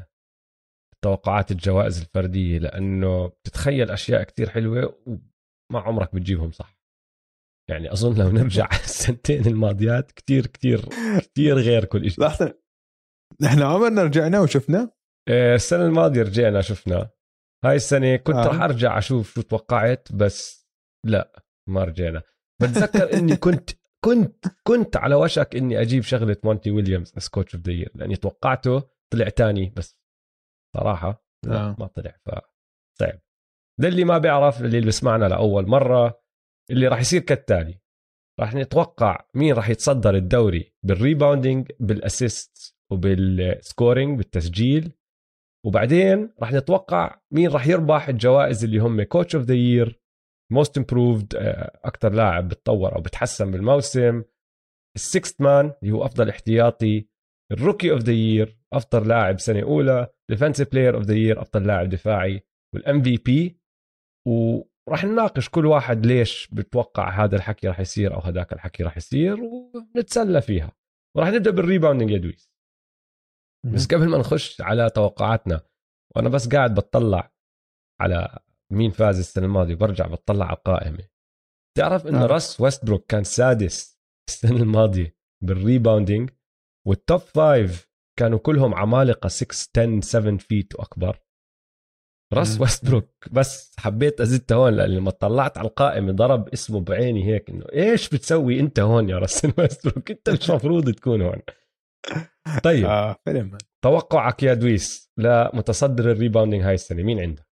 توقعات الجوائز الفرديه لانه بتتخيل اشياء كتير حلوه وما عمرك بتجيبهم صح. يعني اظن لو نرجع السنتين الماضيات كتير كتير كتير غير كل شيء. لحظه، نحن عمرنا رجعنا وشفنا السنه الماضيه رجعنا شفنا. هاي السنه كنت آه. رح ارجع اشوف شو توقعت، بس لا ما رجعنا. بتذكر اني كنت كنت كنت على وشك اني اجيب شغله مونتي ويليامز as coach of the year لاني توقعته طلع تاني، بس صراحه لا آه. ما طلع. فصعب. ده اللي ما بيعرف، اللي بيسمعنا لاول مره، اللي راح يصير كالتالي. راح نتوقع مين راح يتصدر الدوري بالريباوندينج بالاسيست وبالسكورينج بالتسجيل، وبعدين راح نتوقع مين راح يربح الجوائز اللي هم كوتش اوف ذا يير، موست امبروفد اكثر لاعب بتطور او بتحسن بالموسم، السكست مان اللي هو افضل احتياطي، الروكي اوف ذا يير افضل لاعب سنه اولى، ديفنسيف بلاير اوف ذا يير افضل لاعب دفاعي، والام في بي. وراح نناقش كل واحد ليش بتوقع هذا الحكي راح يصير او هذاك الحكي راح يصير ونتسلى فيها. وراح نبدا بالريباوندينج يا دويس. بس قبل ما نخش على توقعاتنا، وانا بس قاعد بتطلع على مين فاز السنه الماضيه برجع بتطلع على القائمه. تعرف انه آه. راس ويستبروك كان سادس السنه الماضيه بالريباوندينج، والتوب فايف كانوا كلهم عمالقه ستة عشرة سبعة فيت واكبر. راس ويستبروك بس حبيت ازيد هون لأن لما طلعت على القائمه ضرب اسمه بعيني هيك انه ايش بتسوي انت هون يا راس ويستبروك، انت مش مفروض تكون هون. طيب آه. فيلم. توقعك يا دويس لمتصدر الريباوندينج هاي السنه مين عندك؟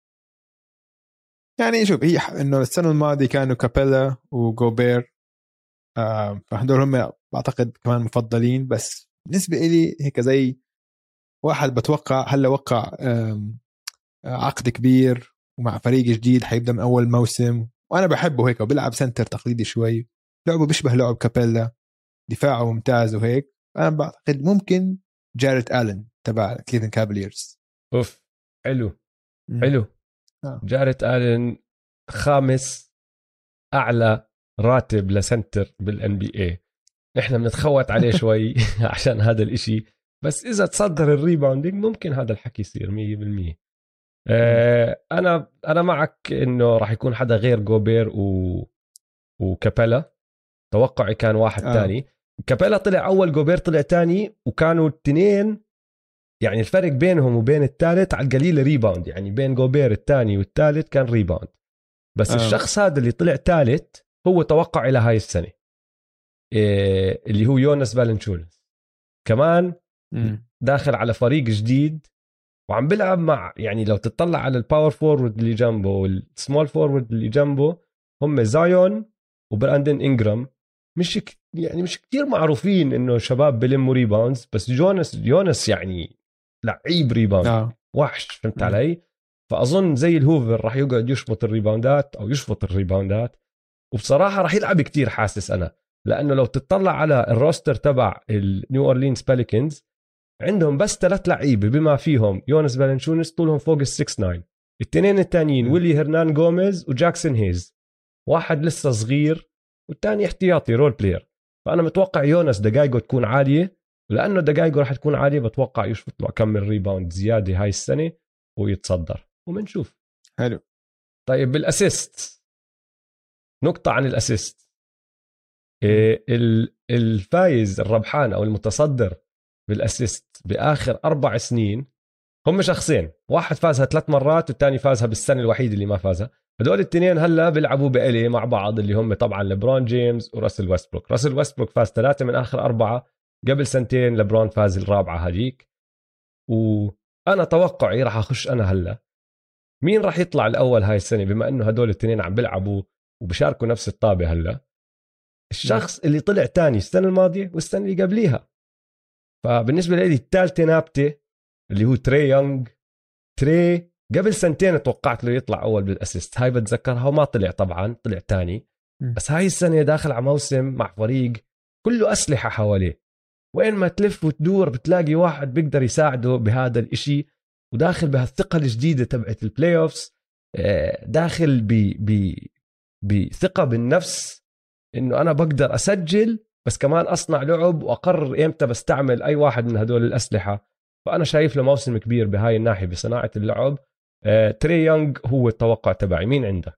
يعني شوف، هي انه السنه الماضيه كانوا كابيلا وجوبير، آه فهدول هم بعتقد كمان مفضلين، بس بالنسبه لي هيك زي واحد بتوقع هلا وقع عقد كبير ومع فريق جديد حيبدا من اول موسم، وانا بحبه هيك وبيلعب سنتر تقليدي شوي، لعبه بيشبه لعب كابيلا، دفاعه ممتاز وهيك. انا بعتقد ممكن جاريت آلن تبع كليفلاند كافاليرز. اوف حلو حلو. آه. جاريت آلن خامس اعلى راتب لسنتر بالان بي اي، احنا بنتخوت عليه شوي عشان هذا الاشي، بس اذا تصدر الريباوندينج ممكن هذا الحكي يصير مية بالمية. آه انا انا معك انه راح يكون حدا غير جوبير و... وكابيلا. توقعي كان واحد آه. تاني. كابيلا طلع اول، جوبير طلع تاني، وكانوا التنين يعني الفرق بينهم وبين الثالث على القليل ريباوند، يعني بين جوبير الثاني والثالث كان ريباوند. بس آه. الشخص هذا اللي طلع ثالث هو توقع إلى هاي السنة، إيه اللي هو يونس فالنتشونس، كمان م. داخل على فريق جديد وعم بلعب مع، يعني لو تطلع على الباور فورورد اللي جنبه والسمول فورورد اللي جنبه هم زايون وبراندن إنجرام، مش ك... يعني مش كتير معروفين انه شباب بلموا ريباوندز، بس جونس يونس يعني لعيب ريباوند آه. وحش، فهمت م. علي؟ فاظن زي الهوفر راح يقعد يشفط الريباوندات او يشفط الريباوندات، وبصراحه راح يلعب كتير حاسس انا، لانه لو تطلع على الروستر تبع النيو اورلينز باليكنز عندهم بس ثلاث لعيبه بما فيهم يونس فالنشونس طولهم فوق السكس ناين، الاثنين الثانيين ويلي هرنان غوميز وجاكسون هيز، واحد لسه صغير والثاني احتياطي رول بلاير. فانا متوقع يونس دقايقه تكون عاليه، ولانه دقايقه راح تكون عاليه بتوقع يشفط له كم من ريباوند زياده هاي السنه ويتصدر، ومنشوف. حلو. طيب بالاسيست، نقطه عن الاسيست. إيه الفايز الربحان او المتصدر بالاسيست باخر اربع سنين هم شخصين، واحد فازها ثلاث مرات والثاني فازها بالسنه الوحيده اللي ما فازها. هدول الاثنين هلا بيلعبوا بإلي مع بعض، اللي هم طبعا لبرون جيمس وراسل ويستبروك. راسل ويستبروك فاز ثلاثه من اخر اربعه، قبل سنتين لبرون فاز الرابعه هذيك. وانا توقعي راح اخش انا هلا مين راح يطلع الاول هاي السنه، بما انه هدول الاثنين عم بيلعبوا وبشاركوا نفس الطابه هلا. الشخص اللي طلع تاني السنة الماضية والسنة اللي قبليها. فبالنسبة لي الثالثة نابتة اللي هو تري يونغ. تري قبل سنتين توقعت له يطلع أول بالأسيست، هاي بتذكرها وما طلع طبعا، طلع تاني. بس هاي السنة داخل على موسم مع فريق كله أسلحة حواليه، وين ما تلف وتدور بتلاقي واحد بيقدر يساعده بهذا الاشي، وداخل بهالثقة الجديدة تبعت البلاي أوفس، داخل ب ب بثقة بالنفس إنه أنا بقدر أسجل بس كمان أصنع لعب وأقرر إمتى بستعمل أي واحد من هدول الأسلحة. فأنا شايف له موسم كبير بهاي الناحية بصناعة اللعب. تري يونغ هو التوقع تبعي. مين عندك؟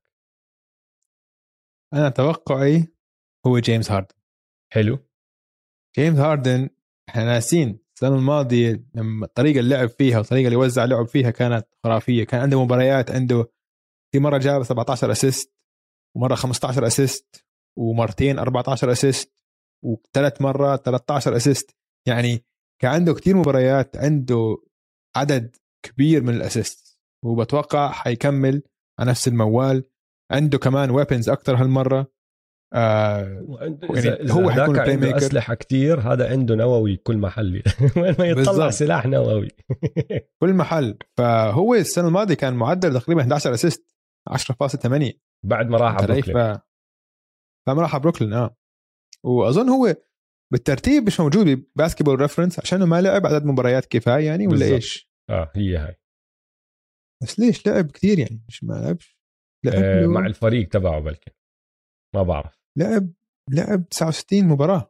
أنا توقعي هو جيمس هاردن. حلو. جيمس هاردن احنا ناسين السنة الماضية لما الطريقة اللي لعب فيها والطريقة اللي وزع لعب فيها كانت خرافية. كان عنده مباريات، عنده في مرة جاب سبعة عشر أسيست، ومرة خمسة عشر أسيست، ومرتين أربعة عشر أسيست، وثلاث مرات ثلاثة عشر أسيست. يعني كان عنده كتير مباريات، عنده عدد كبير من الأسيست، وبتوقع حيكمل على نفس الموال. عنده كمان ويبنز أكتر هالمرة. آه يعني هو حيكون بلاي ميكر. أسلحة كتير، هذا عنده نووي كل محل وين ما يطلع سلاح نووي كل محل. فهو السنة الماضية كان معدل تقريبا أحد عشر أسيست، عشرة فاصلة ثمانية بعد ما راح على بروكلين. ف... فما راح على بروكلين. اه وأظن هو بالترتيب مش موجود بباسكتبول ريفرنس عشانه ما لعب عدد مباريات كفاية يعني، ولا بالزبط. إيش؟ اه هي هاي. بس ليش لعب كتير يعني؟ مش ما لعبش لعب آه مع الفريق تبعه بلكن ما بعرف. لعب لعب تسعة وستين مباراة،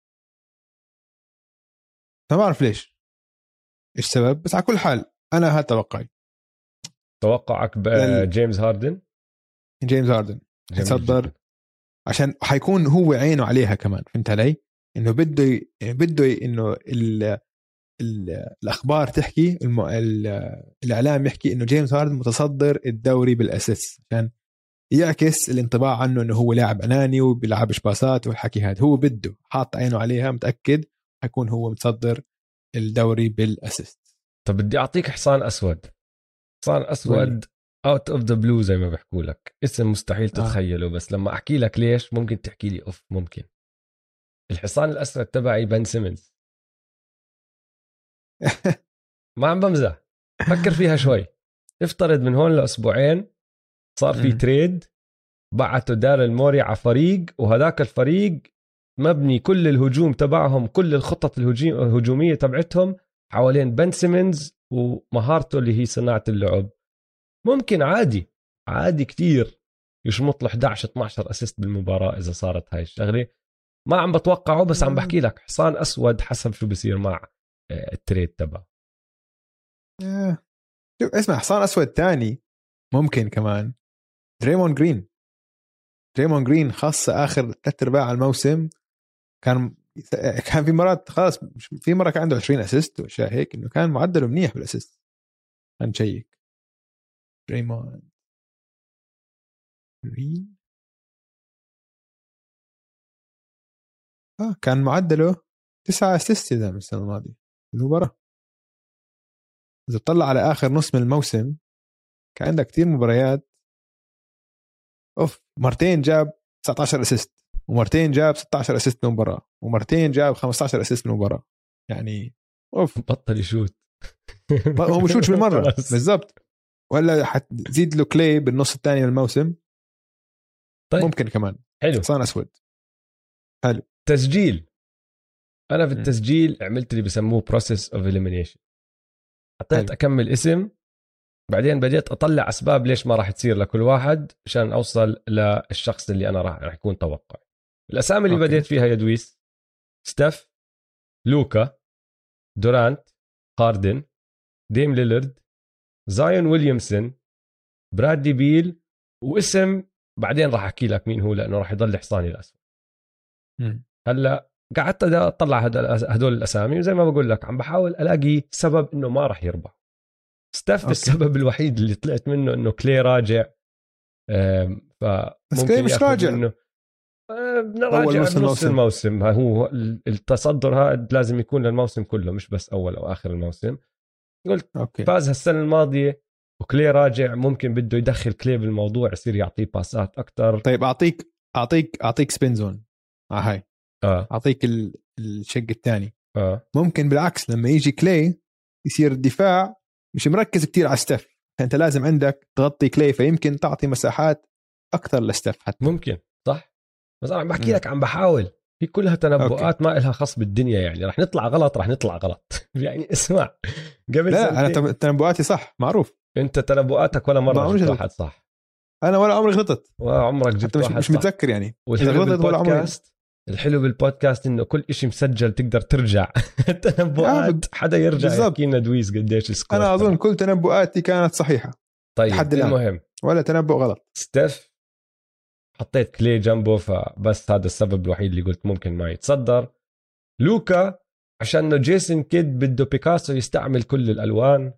ما بعرف ليش ايش سبب. بس على كل حال انا هذا توقعي. توقعك بجيمس هاردن؟ جيمس هاردن يتصدر عشان حيكون هو عينه عليها كمان. فهمت علي؟ انه بده ي... بده ي... انه ال... ال... الاخبار تحكي، الم... ال... الاعلام يحكي انه جيمس هاردن متصدر الدوري بالاساس، عشان يعكس الانطباع عنه انه هو لاعب اناني وبيلعبش باسات والحكي هذا. هو بده حاط عينه عليها، متاكد حيكون هو متصدر الدوري بالاسيست. طب بدي اعطيك حصان اسود. حصان اسود اوت اوف ذا بلو زي ما بحكوا لك، اسم مستحيل تتخيله. آه. بس لما احكي لك ليش ممكن تحكي لي اوف. ممكن الحصان الاسود تبعي بن سيمنز. ما عم بمزح، فكر فيها شوي. افترض من هون لاسبوعين صار في تريد، بعتوا داريل موري على فريق، وهذاك الفريق مبني كل الهجوم تبعهم، كل الخطط الهجومية تبعتهم حوالين بن سيمنز ومهارته اللي هي صناعة اللعب. ممكن عادي عادي كتير يشمط له إحدى عشر اثنا عشر أسيست بالمباراة إذا صارت هاي الشغلة. ما عم بتوقعه، بس عم بحكي لك حصان أسود حسب شو بصير مع التريد تبعه. اسمع، حصان أسود تاني ممكن كمان دريمون جرين. دريمون جرين خاصة آخر ثلاث أرباع الموسم كان كان في مرات خلاص، في مرة كان عنده عشرين أسيست وأشياء هيك، إنه كان معدله منيح بالأسيست. هنشيك دريمون جرين. آه كان معدله تسعة أسيست إذا من السنة الماضية المباراة. إذا تطلع على آخر نص من الموسم كان عنده كتير مباريات أوف، مرتين جاب تسعة عشر أسيست، ومرتين جاب ستة عشر أسيست من مباراة، ومرتين جاب خمسة عشر أسيست من مباراة. يعني أوف بطل يشوت. هو بشوتش بالمرة بالضبط. ولا حتزيد له كلي بالنص الثاني من الموسم. طيب. ممكن كمان حلو. حصان أسود حلو. تسجيل. أنا في التسجيل عملت اللي بسموه process of elimination. حطيت أكمل اسم، بعدين بديت أطلع أسباب ليش ما راح تصير لكل واحد عشان أوصل للشخص اللي أنا راح يكون توقع. الأسامي اللي أوكي. بديت فيها يا دويس: ستيف، لوكا، دورانت، هاردن، ديم ليلرد، زايون ويليامسون، برادلي بيل، واسم بعدين راح أحكي لك مين هو لأنه راح يضل حصاني الأسود. هلأ قعدت أطلع هدول الأسامي، وزي ما بقول لك عم بحاول ألاقي سبب إنه ما راح يربح. ستيف أوكي. السبب الوحيد اللي طلعت منه إنه كلي راجع، فممكن مش راجع إنه نراجع بنص الموسم. الموسم هو التصدر هذا لازم يكون للموسم كله، مش بس أول أو آخر الموسم. قلت أوكي. فاز هالسنة الماضية وكلي راجع، ممكن بده يدخل كلي بالموضوع، يصير يعطيه باسات أكتر. طيب أعطيك أعطيك أعطيك سبين زون. آه هاي اه اعطيك ال- الشق الثاني. اه ممكن بالعكس لما يجي كلاي يصير الدفاع مش مركز كتير على ستيف، فانت لازم عندك تغطي كلاي، فيمكن تعطي مساحات اكثر لستيف حتى. ممكن صح، بس انا عم بحكي مم. لك عم بحاول، في كلها تنبؤات أوكي. ما إلها خص بالدنيا، يعني رح نطلع غلط رح نطلع غلط يعني اسمع، قبل لا انا سنتين تم- تنبؤاتي صح معروف. انت تنبؤاتك ولا ما مره عمري جبت غلطت. واحد صح، انا ولا عمري غلطت وعمرك جبت حتى، مش واحد مش صح. متذكر يعني اذا والحلو غلطت ولا عمري. بالبودكاست، الحلو بالبودكاست انه كل إشي مسجل تقدر ترجع آه التنبؤات حدا يرجع يحكي لنا دويس قديش سكور. انا اظن كل تنبؤاتي كانت صحيحه طيب لحد الآن. المهم ولا تنبؤ غلط. ستيف حطيت كلي جنبه، فبس هذا السبب الوحيد اللي قلت ممكن ما يتصدر. لوكا عشان انه جيسون كيد بده بيكاسو يستعمل كل الالوان،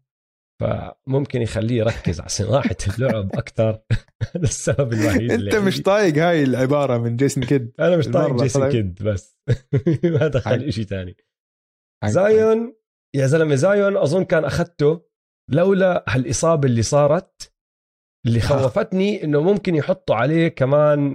فممكن يخليه يركز على صناعه اللعب اكثر هذا السبب الوحيد. انت مش طايق هاي العباره من جيسون كيد. انا مش طايق جيسون طلع... كيد بس ما دخل شيء ثاني. حاج. زايون يا زلمه، زايون اظن كان اخذته لولا هالاصابه اللي صارت اللي خوفتني انه ممكن يحطوا عليه كمان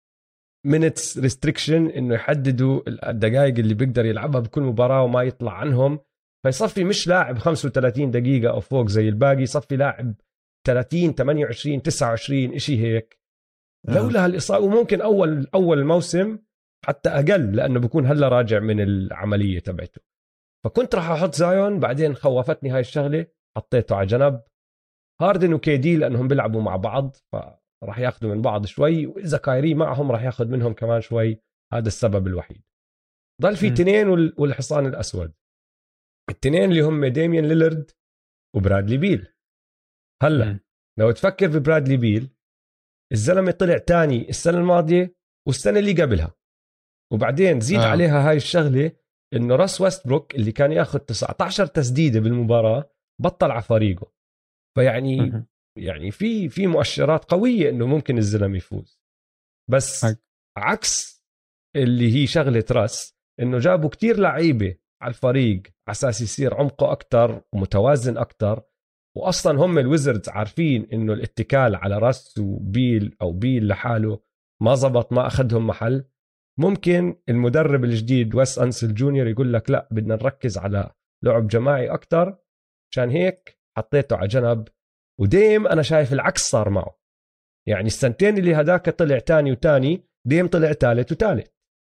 minutes restriction، انه يحددوا الدقائق اللي بيقدر يلعبها بكل مباراه وما يطلع عنهم، فيصفي مش لاعب خمسة وثلاثين دقيقه او فوق زي الباقي، يصفي لاعب ثلاثين ثمانية وعشرين تسعة وعشرين إشي هيك. لولا هالاصابه وممكن اول اول الموسم حتى اقل، لانه بكون هلا راجع من العمليه تبعته، فكنت راح احط زايون، بعدين خوفتني هاي الشغله حطيته على جنب. هاردن وكي دي لانهم بيلعبوا مع بعض فراح ياخذوا من بعض شوي، واذا كايري معهم راح ياخذ منهم كمان شوي، هذا السبب الوحيد. ضل في تنين والحصان الاسود، التنين اللي هم ديميان ليلرد وبرادلي بيل. هلا م. لو تفكر في برادلي بيل، الزلمه طلع تاني السنه الماضيه والسنه اللي قبلها، وبعدين زيد آه. عليها هاي الشغله انه راس ويستبروك اللي كان ياخذ تسعة عشر تسديده بالمباراه بطل على فريقه، فيعني م. يعني في في مؤشرات قويه انه ممكن الزلمه يفوز. بس هك. عكس اللي هي شغله راس، انه جابوا كتير لعيبه على الفريق على اساس يصير عمقه اكتر ومتوازن اكتر، واصلا هم الويزردز عارفين انه الاتكال على راس وبيل او بيل لحاله ما زبط، ما اخذهم محل. ممكن المدرب الجديد ويس أنسل جونيور يقول لك لا، بدنا نركز على لعب جماعي اكتر، عشان هيك حطيته على جنب. وديم انا شايف العكس صار معه، يعني السنتين اللي هداك طلع تاني وتاني، ديم طلع ثالث وثالث.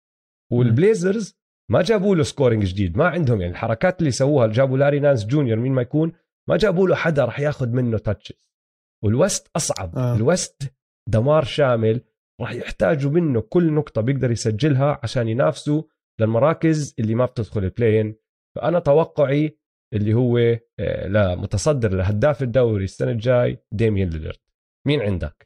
والبليزرز ما جابوا له سكورينج جديد، ما عندهم يعني الحركات اللي سووها، جابوا لاري نانس جونيور مين ما يكون، ما جابوا له حدا رح ياخد منه تاتشز. والوست أصعب آه. الوست دمار شامل، رح يحتاجوا منه كل نقطة بيقدر يسجلها عشان ينافسوا للمراكز اللي ما بتدخل البلاين. فأنا توقعي اللي هو لا متصدر لهداف الدوري السنة الجاي ديميان ليلرد. مين عندك؟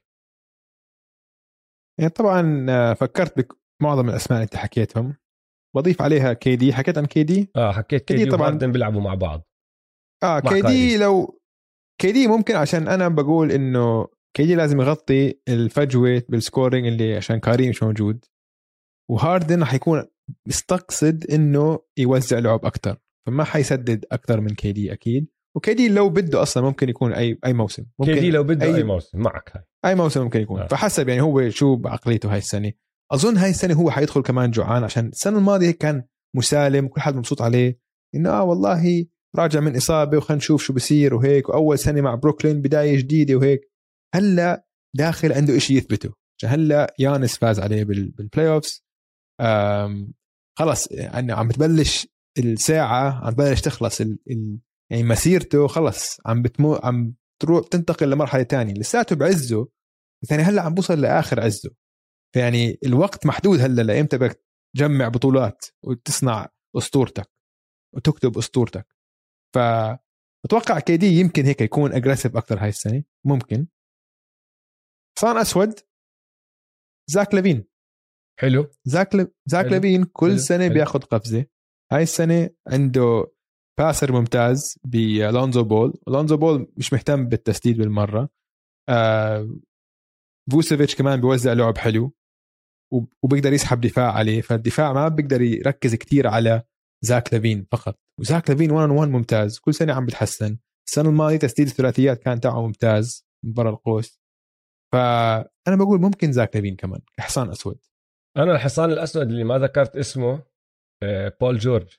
يعني طبعا فكرت بمعظم الأسماء اللي انت حكيتهم، بضيف عليها كي دي. حكيت عن كي دي اه حكيت كي دي طبعا بيلعبوا مع بعض. اه كي دي لو كي دي ممكن، عشان انا بقول انه كي دي لازم يغطي الفجوه بالسكورينج اللي عشان كاري مش موجود، وهاردن راح يكون مستقصد انه يوزع لعب اكثر، فما حيسدد اكثر من كي دي اكيد. وكي دي لو بده اصلا ممكن يكون اي اي موسم، ممكن كي دي لو بده اي, أي موسم معك هاي اي موسم ممكن يكون آه. فحسب يعني هو شو بعقليته هاي السنه. اظن هاي السنه هو حيدخل كمان جوعان، عشان السنه الماضيه كان مسالم كل حد مبسوط عليه انه اه والله راجع من اصابه وخلينا نشوف شو بصير وهيك، واول سنه مع بروكلين بدايه جديده وهيك. هلا داخل عنده إشي يثبته، عشان هلا يانس فاز عليه بالبلاي اوفز، خلص يعني عم بتبلش الساعه، عم بتبلش تخلص ال ال يعني مسيرته خلص عم بتمو عم تروح تنتقل لمرحله تانية. لساته بعزه ثاني، هلا عم بوصل لاخر عزه، يعني الوقت محدود هلا لامتى بدك تجمع بطولات وتصنع اسطورتك وتكتب اسطورتك. فأتوقع كي دي يمكن هيك يكون اجريسيف اكثر هاي السنه. ممكن حصان اسود زاك لافين. حلو زاك ل... زاك حلو. لافين كل حلو. سنه حلو. بياخد قفزه. هاي السنه عنده باسر ممتاز بلونزو بول. لونزو بول مش مهتم بالتسديد بالمره. آه... فوسيفيتش كمان بيوزع لعب حلو وبيقدر يسحب دفاع عليه، فالدفاع ما بيقدر يركز كتير على زاك لافين فقط. وزاك لافين وان وان ممتاز، كل سنة عم بتحسن. السنة الماضية تسديد الثلاثيات كان تاعه ممتاز من برا القوس. فأنا بقول ممكن زاك لافين كمان حصان أسود. انا الحصان الاسود اللي ما ذكرت اسمه بول جورج.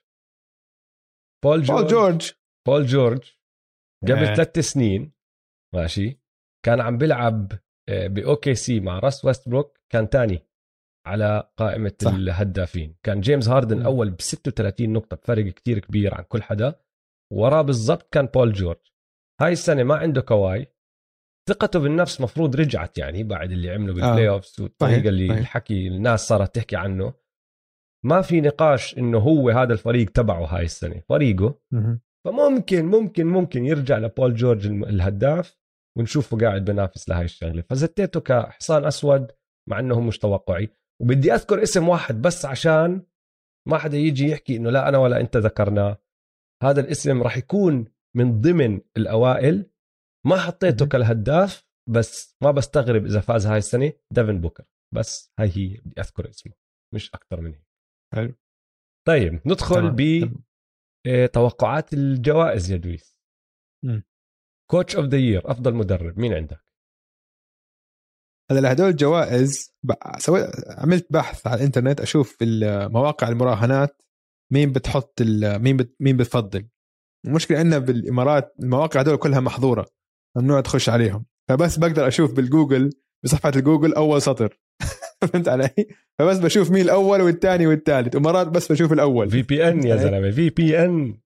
بول جورج بول جورج بول جورج قبل آه. ثلاث سنين ماشي كان عم بيلعب بأوكي سي مع راس ويستبروك، كان تاني على قائمة صح. الهدافين. كان جيمس هاردن م. أول ب ستة وثلاثين نقطة بفرق كتير كبير عن كل حدا، وراه بالضبط كان بول جورج. هاي السنة ما عنده كواي، ثقته بالنفس مفروض رجعت يعني بعد اللي عمله بالبلاي أوفس والطريقة اللي صحيح. الحكي الناس صارت تحكي عنه. ما في نقاش إنه هو هذا الفريق تبعه هاي السنة فريقه م. فممكن ممكن ممكن يرجع لبول جورج الهداف ونشوفه قاعد بنافس لهاي الشغلة. فزتيته كحصان أسود مع أنه مش توقعي. وبدي أذكر اسم واحد بس عشان ما حدا يجي يحكي إنه لا أنا ولا أنت ذكرناه. هذا الاسم راح يكون من ضمن الأوائل، ما حطيته كالهداف بس ما بستغرب إذا فاز هاي السنة. ديفن بوكر بس هاي هي بدي أذكر اسمه مش أكتر من هيك. حلو. طيب ندخل ب توقعات الجوائز يا دويس. كوتش اوف ذا يير، افضل مدرب، مين عندك؟ هذا لهدول الجوائز سويت عملت بحث على الانترنت اشوف في مواقع المراهنات مين بتحط مين بت مين بتفضل. المشكله انه بالامارات المواقع هذول كلها محظوره، ممنوع تخش عليهم، فبس بقدر اشوف بالجوجل بصفحه الجوجل اول سطر. فهمت علي؟ فبس بشوف مين الاول والثاني والثالث، امارات بس بشوف الاول. في بي ان يا زلمه، في بي ان.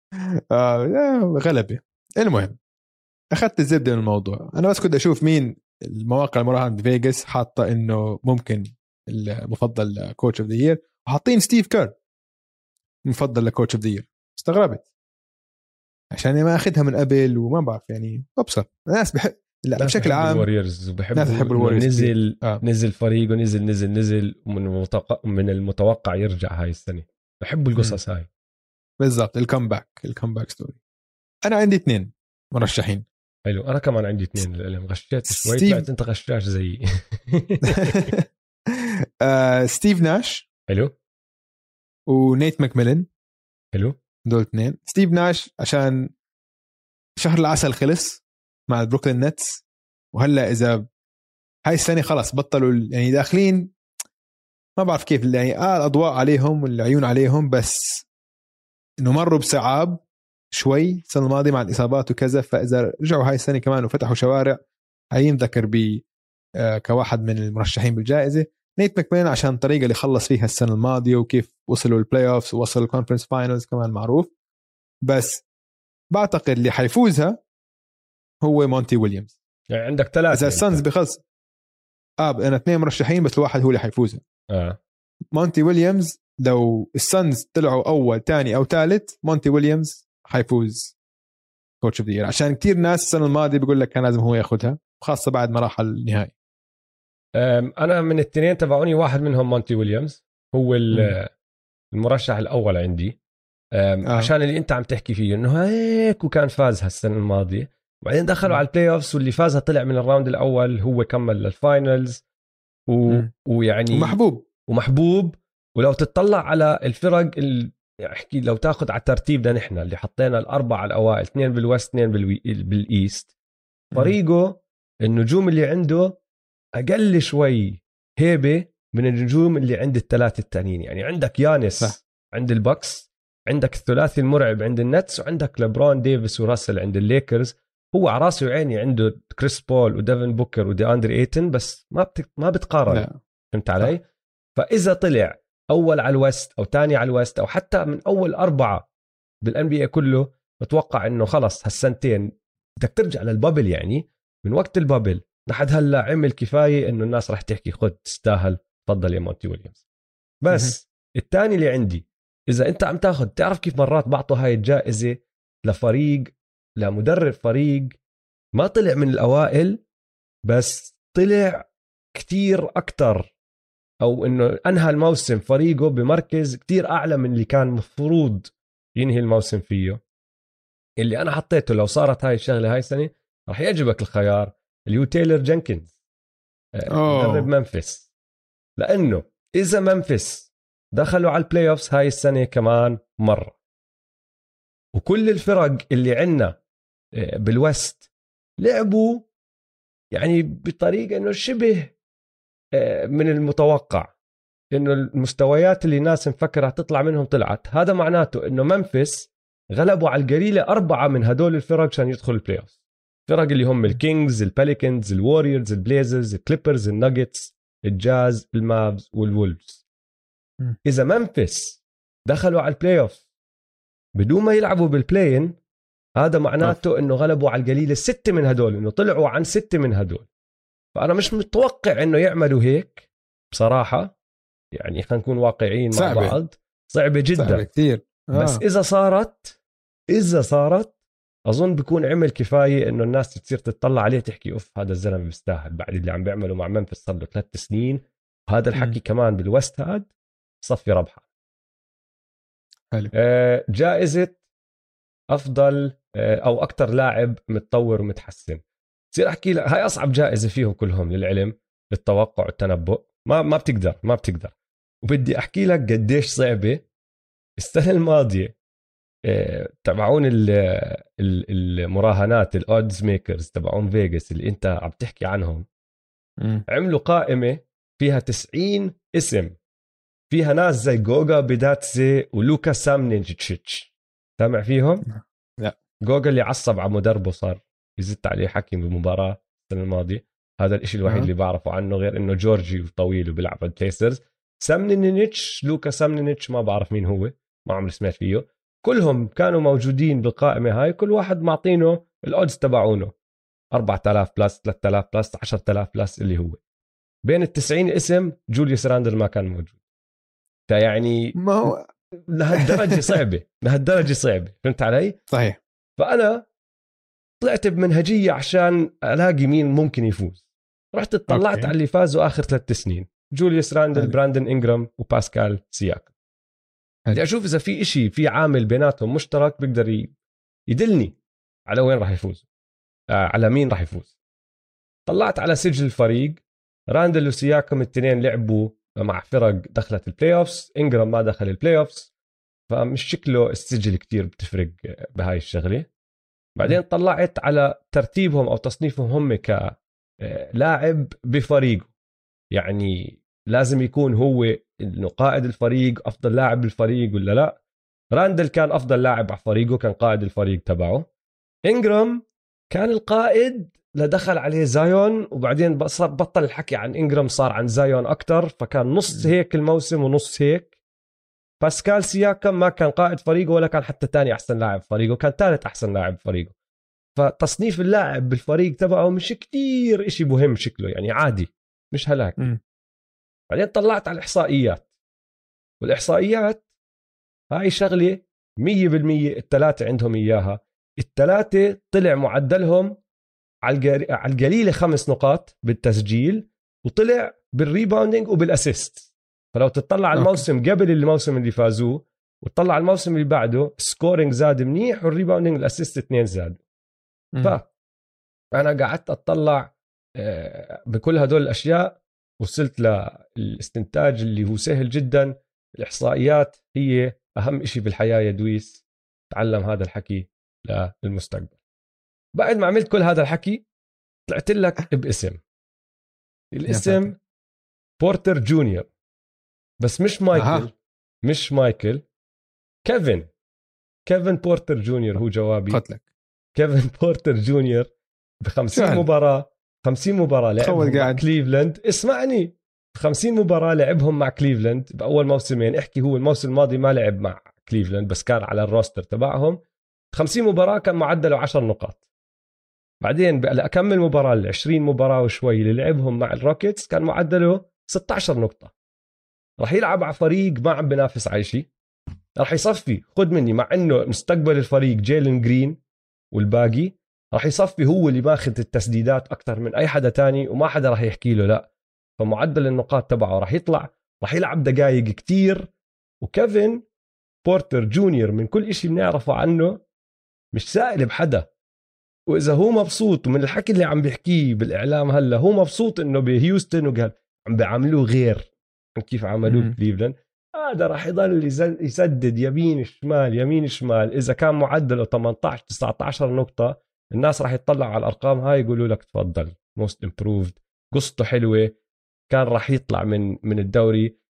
اه غلبه. المهم اخذت الزبده من الموضوع، انا بس كنت اشوف مين المواقع المراهنه بفيغاس حاطه انه ممكن المفضل كوتش اوف ذا يير، وحاطين ستيف كير مفضل لكوتش اوف ذا يير. استغربت عشان ما اخذها من قبل وما بعرف يعني ابصر الناس بحب لا بشكل عام الوريورز وبحبوا نزل آه. نزل فريقه نزل نزل نزل ومن المتوقع من المتوقع يرجع هاي السنه. بحبوا القصص هاي بالضبط، الكمباك الكمباك ستوري. انا عندي اثنين مرشحين. حلو، انا كمان عندي اثنين للعلم، غشيت شوي ستيف... طلعت انت غشاش زيي. آه، ستيف ناش حلو، ونيت ماكميلن. حلو، دول اثنين. ستيف ناش عشان شهر العسل خلص مع البروكلين نتس، وهلا اذا هاي السنه خلاص بطلوا يعني داخلين ما بعرف كيف يعني آه الاضواء عليهم والعيون عليهم، بس انه مروا بصعاب شوي السنه الماضيه مع الاصابات وكذا، فاذا رجعوا هاي السنه كمان وفتحوا شوارع هينذكر ب آه كواحد من المرشحين بالجائزه. نيت ماكميلن عشان الطريقه اللي خلص فيها السنه الماضيه وكيف وصلوا البلاي اوفز ووصلوا الكونفرنس فاينلز كمان معروف. بس بعتقد اللي حيفوزها هو مونتي ويليامز. يعني عندك ثلاثة. إذا السانز بخلص آه أنا اثنين مرشحين بس الواحد هو اللي حيفوزها. آه. مونتي ويليامز لو السانز طلعوا أول تاني أو ثالث مونتي ويليامز حيفوز كوتش اوف ذا يير، عشان كتير ناس السنة الماضية بيقول لك كان لازم هو ياخدها خاصة بعد ما راح النهائي. أنا من الاثنين تبعوني واحد منهم مونتي ويليامز هو المرشح الأول عندي. آه. عشان اللي أنت عم تحكي فيه إنه هيك وكان فاز هالسنة الماضية وبعدين دخلوا م. على البلاي أوفس واللي فازها طلع من الراوند الأول هو كمل للفاينلز و... ويعني ومحبوب ومحبوب. ولو تتطلع على الفرق ال... احكي لو تاخد على الترتيب ده نحن اللي حطينا الأربعة الأوائل، اثنين بالوست اثنين بالوي... بالإيست، فريقه النجوم اللي عنده أقل شوي هيبة من النجوم اللي عند الثلاثة التانيين. يعني عندك يانس صح. عند البكس، عندك الثلاثي المرعب عند النتس، وعندك لبرون ديفيس وراسل عند الليكرز. هو على راسي وعيني عنده كريس بول وديفن بوكر ودي أندري ايتن، بس ما بت... ما بتقارن. فهمت علي؟ صح. فإذا طلع أول على الوست أو تاني على الوست أو حتى من أول أربعة بالان بي اي كله، بتوقع إنه خلص هالسنتين بدك ترجع للبابل. يعني من وقت البابل لحد هلا عمل كفاية إنه الناس رح تحكي خد تستاهل، تفضل يا مونتي ويليامز. بس م- الثاني اللي عندي، إذا أنت عم تاخد، تعرف كيف مرات بعطوا هاي الجائزة لفريق لمدرب فريق ما طلع من الأوائل بس طلع كتير أكتر، أو إنه أنهى الموسم فريقه بمركز كتير أعلى من اللي كان مفروض ينهي الموسم فيه. اللي أنا حطيته لو صارت هاي الشغلة هاي السنة رح يعجبك الخيار، اللي هو تايلر جينكينز مدرب منفس. لأنه إذا منفس دخلوا على البلاي أوفس هاي السنة كمان مرة، وكل الفرق اللي عنا بالوست لعبوا يعني بطريقة إنه شبه من المتوقع، انه المستويات اللي الناس مفكرة تطلع منهم طلعت. هذا معناته انه منفس غلبوا على القليلة أربعة من هدول الفرق عشان يدخلوا البلاي اوف. فرق اللي هم الكينجز، الباليكنز، الواريورز، البليزرز، الكليبرز، الناجتس، الجاز، المافز والولفز. اذا منفس دخلوا على البلاي اوف بدون ما يلعبوا بالبلاين، هذا معناته انه غلبوا على القليلة ستة من هدول، انه طلعوا عن ستة من هدول. فانا مش متوقع انه يعملوا هيك بصراحة، يعني خلينا نكون واقعيين مع بعض. صعبة جدا، صعبة كتير. آه. بس اذا صارت اذا صارت اظن بيكون عمل كفاية انه الناس تصير تطلع عليه تحكي اوف هذا الزلمة بيستاهل بعد اللي عم بيعمله مع منفس صار له ثلاث سنين. وهذا الحكي م. كمان بالوست هاد صفي ربحة. حلو. آه جائزة افضل آه او اكتر لاعب متطور ومتحسن. بصير احكي لك هاي اصعب جائزة فيهم كلهم للعلم، للتوقع والتنبؤ. ما ما بتقدر ما بتقدر وبدي احكي لك قديش صعبة. السنة الماضية آه تبعون المراهنات الاودز ميكرز تبعون فيغاس اللي انت عم تحكي عنهم، م. عملوا قائمة فيها تسعين اسم، فيها ناس زي جوجا بيداتسي ولوكا سامنينجيتش. سامع فيهم؟ لا. جوجا اللي عصب على مدربه صار يزت عليه حكي بالمباراة السنة الماضية. هذا الاشي الوحيد أه. اللي بعرفه عنه، غير انه جورجي طويل وبيلعب بالبيسرز. سامنينجيتش لوكا سامنينجيتش ما بعرف مين هو، ما عمري سمعت فيه. كلهم كانوا موجودين بالقائمة هاي، كل واحد معطينه الأودز تبعونه أربعة آلاف بلس، ثلاثة آلاف بلس، عشرة آلاف بلس. اللي هو بين التسعين اسم جوليوس راندل ما كان موجود. يعني ما هو لهالدرجة صعبة، لهالدرجة صعبة. فهمت علي؟ صحيح. فأنا طلعت بمنهجية عشان ألاقي مين ممكن يفوز. رحت اطلعت أوكي. على اللي فازوا آخر ثلاث سنين: جوليوس راندل، هل. براندن إنجرام، وباسكال سياكا. بدي أشوف إذا في إشي في عامل بيناتهم مشترك بيقدر يدلني على وين راح يفوز، آه على مين راح يفوز. طلعت على سجل الفريق، راندل وسياكم التنين لعبوا مع فرق دخلت البلاي اوفز، إنجرام ما دخل البلاي اوفز، فمش شكله السجل كتير بتفرق بهاي الشغلة. بعدين طلعت على ترتيبهم أو تصنيفهم هم كلاعب بفريقه، يعني لازم يكون هو إنه قائد الفريق، أفضل لاعب بالفريق ولا لا. راندل كان أفضل لاعب على فريقه، كان قائد الفريق تبعه. إنجرام كان القائد لدخل عليه زايون، وبعدين بطل الحكي عن إنجرام صار عن زايون أكتر، فكان نص هيك الموسم ونص هيك. باسكال سياكم ما كان قائد فريقه ولا كان حتى تاني أحسن لاعب فريقه، كان ثالث أحسن لاعب فريقه. فتصنيف اللاعب بالفريق تبعه مش كتير إشي مهم شكله، يعني عادي مش هلاك. م. بعدين طلعت على الإحصائيات، والإحصائيات هاي شغلة مية بالمية الثلاثة عندهم إياها. الثلاثة طلع معدلهم على القليلة خمس نقاط بالتسجيل، وطلع بالريباوندينج وبالأسيست. فلو تطلع على الموسم قبل الموسم اللي فازوه وتطلع على الموسم اللي بعده، سكورينج زاد منيح والريباوندينج والأسيست اثنين زادوا. فأنا قعدت أطلع بكل هدول الأشياء، وصلت للاستنتاج اللي هو سهل جدا. الإحصائيات هي أهم إشي بالحياة يا دويس، تعلم هذا الحكي للمستقبل. بعد ما عملت كل هذا الحكي طلعت لك باسم، الاسم بورتر جونيور، بس مش مايكل. أه. مش مايكل، كيفن كيفن بورتر جونيور هو جوابي. قتلك كيفن بورتر جونيور بخمسين مباراة، خمسين مباراة لعبهم مع كليفلاند. اسمعني، خمسين مباراة لعبهم مع كليفلاند بأول موسمين. احكي هو الموسم الماضي ما لعب مع كليفلاند بس كان على الروستر تبعهم. خمسين مباراة كان معدله عشر نقاط. بعدين أكمل مباراة العشرين مباراة وشوي اللي لعبهم مع الروكيتس كان معدله ستة عشر نقطة. رح يلعب على فريق ما عم بنافس على شيء، رح يصفي خد مني، مع انه مستقبل الفريق جيلن جرين والباقي، رح يصفي هو اللي ماخذ التسديدات اكثر من اي حدا تاني، وما حدا رح يحكي له لا. فمعدل النقاط تبعه رح يطلع، رح يلعب دقائق كتير. وكيفن بورتر جونيور من كل إشي بنعرفه عنه مش سائل بحدا، وإذا هو مبسوط ومن الحكي اللي عم بيحكيه بالإعلام هلا هو مبسوط إنه بهيوستن وقال عم بيعملوه غير كيف عملوه كليفلاند، هذا راح يضل يسدد يمين شمال يمين شمال. إذا كان معدله ثمانية عشر تسعة عشر نقطة الناس راح يطلع على الأرقام هاي يقولوا لك تفضل موست امبروفد، قصته حلوة، كان راح يطلع من من الدوري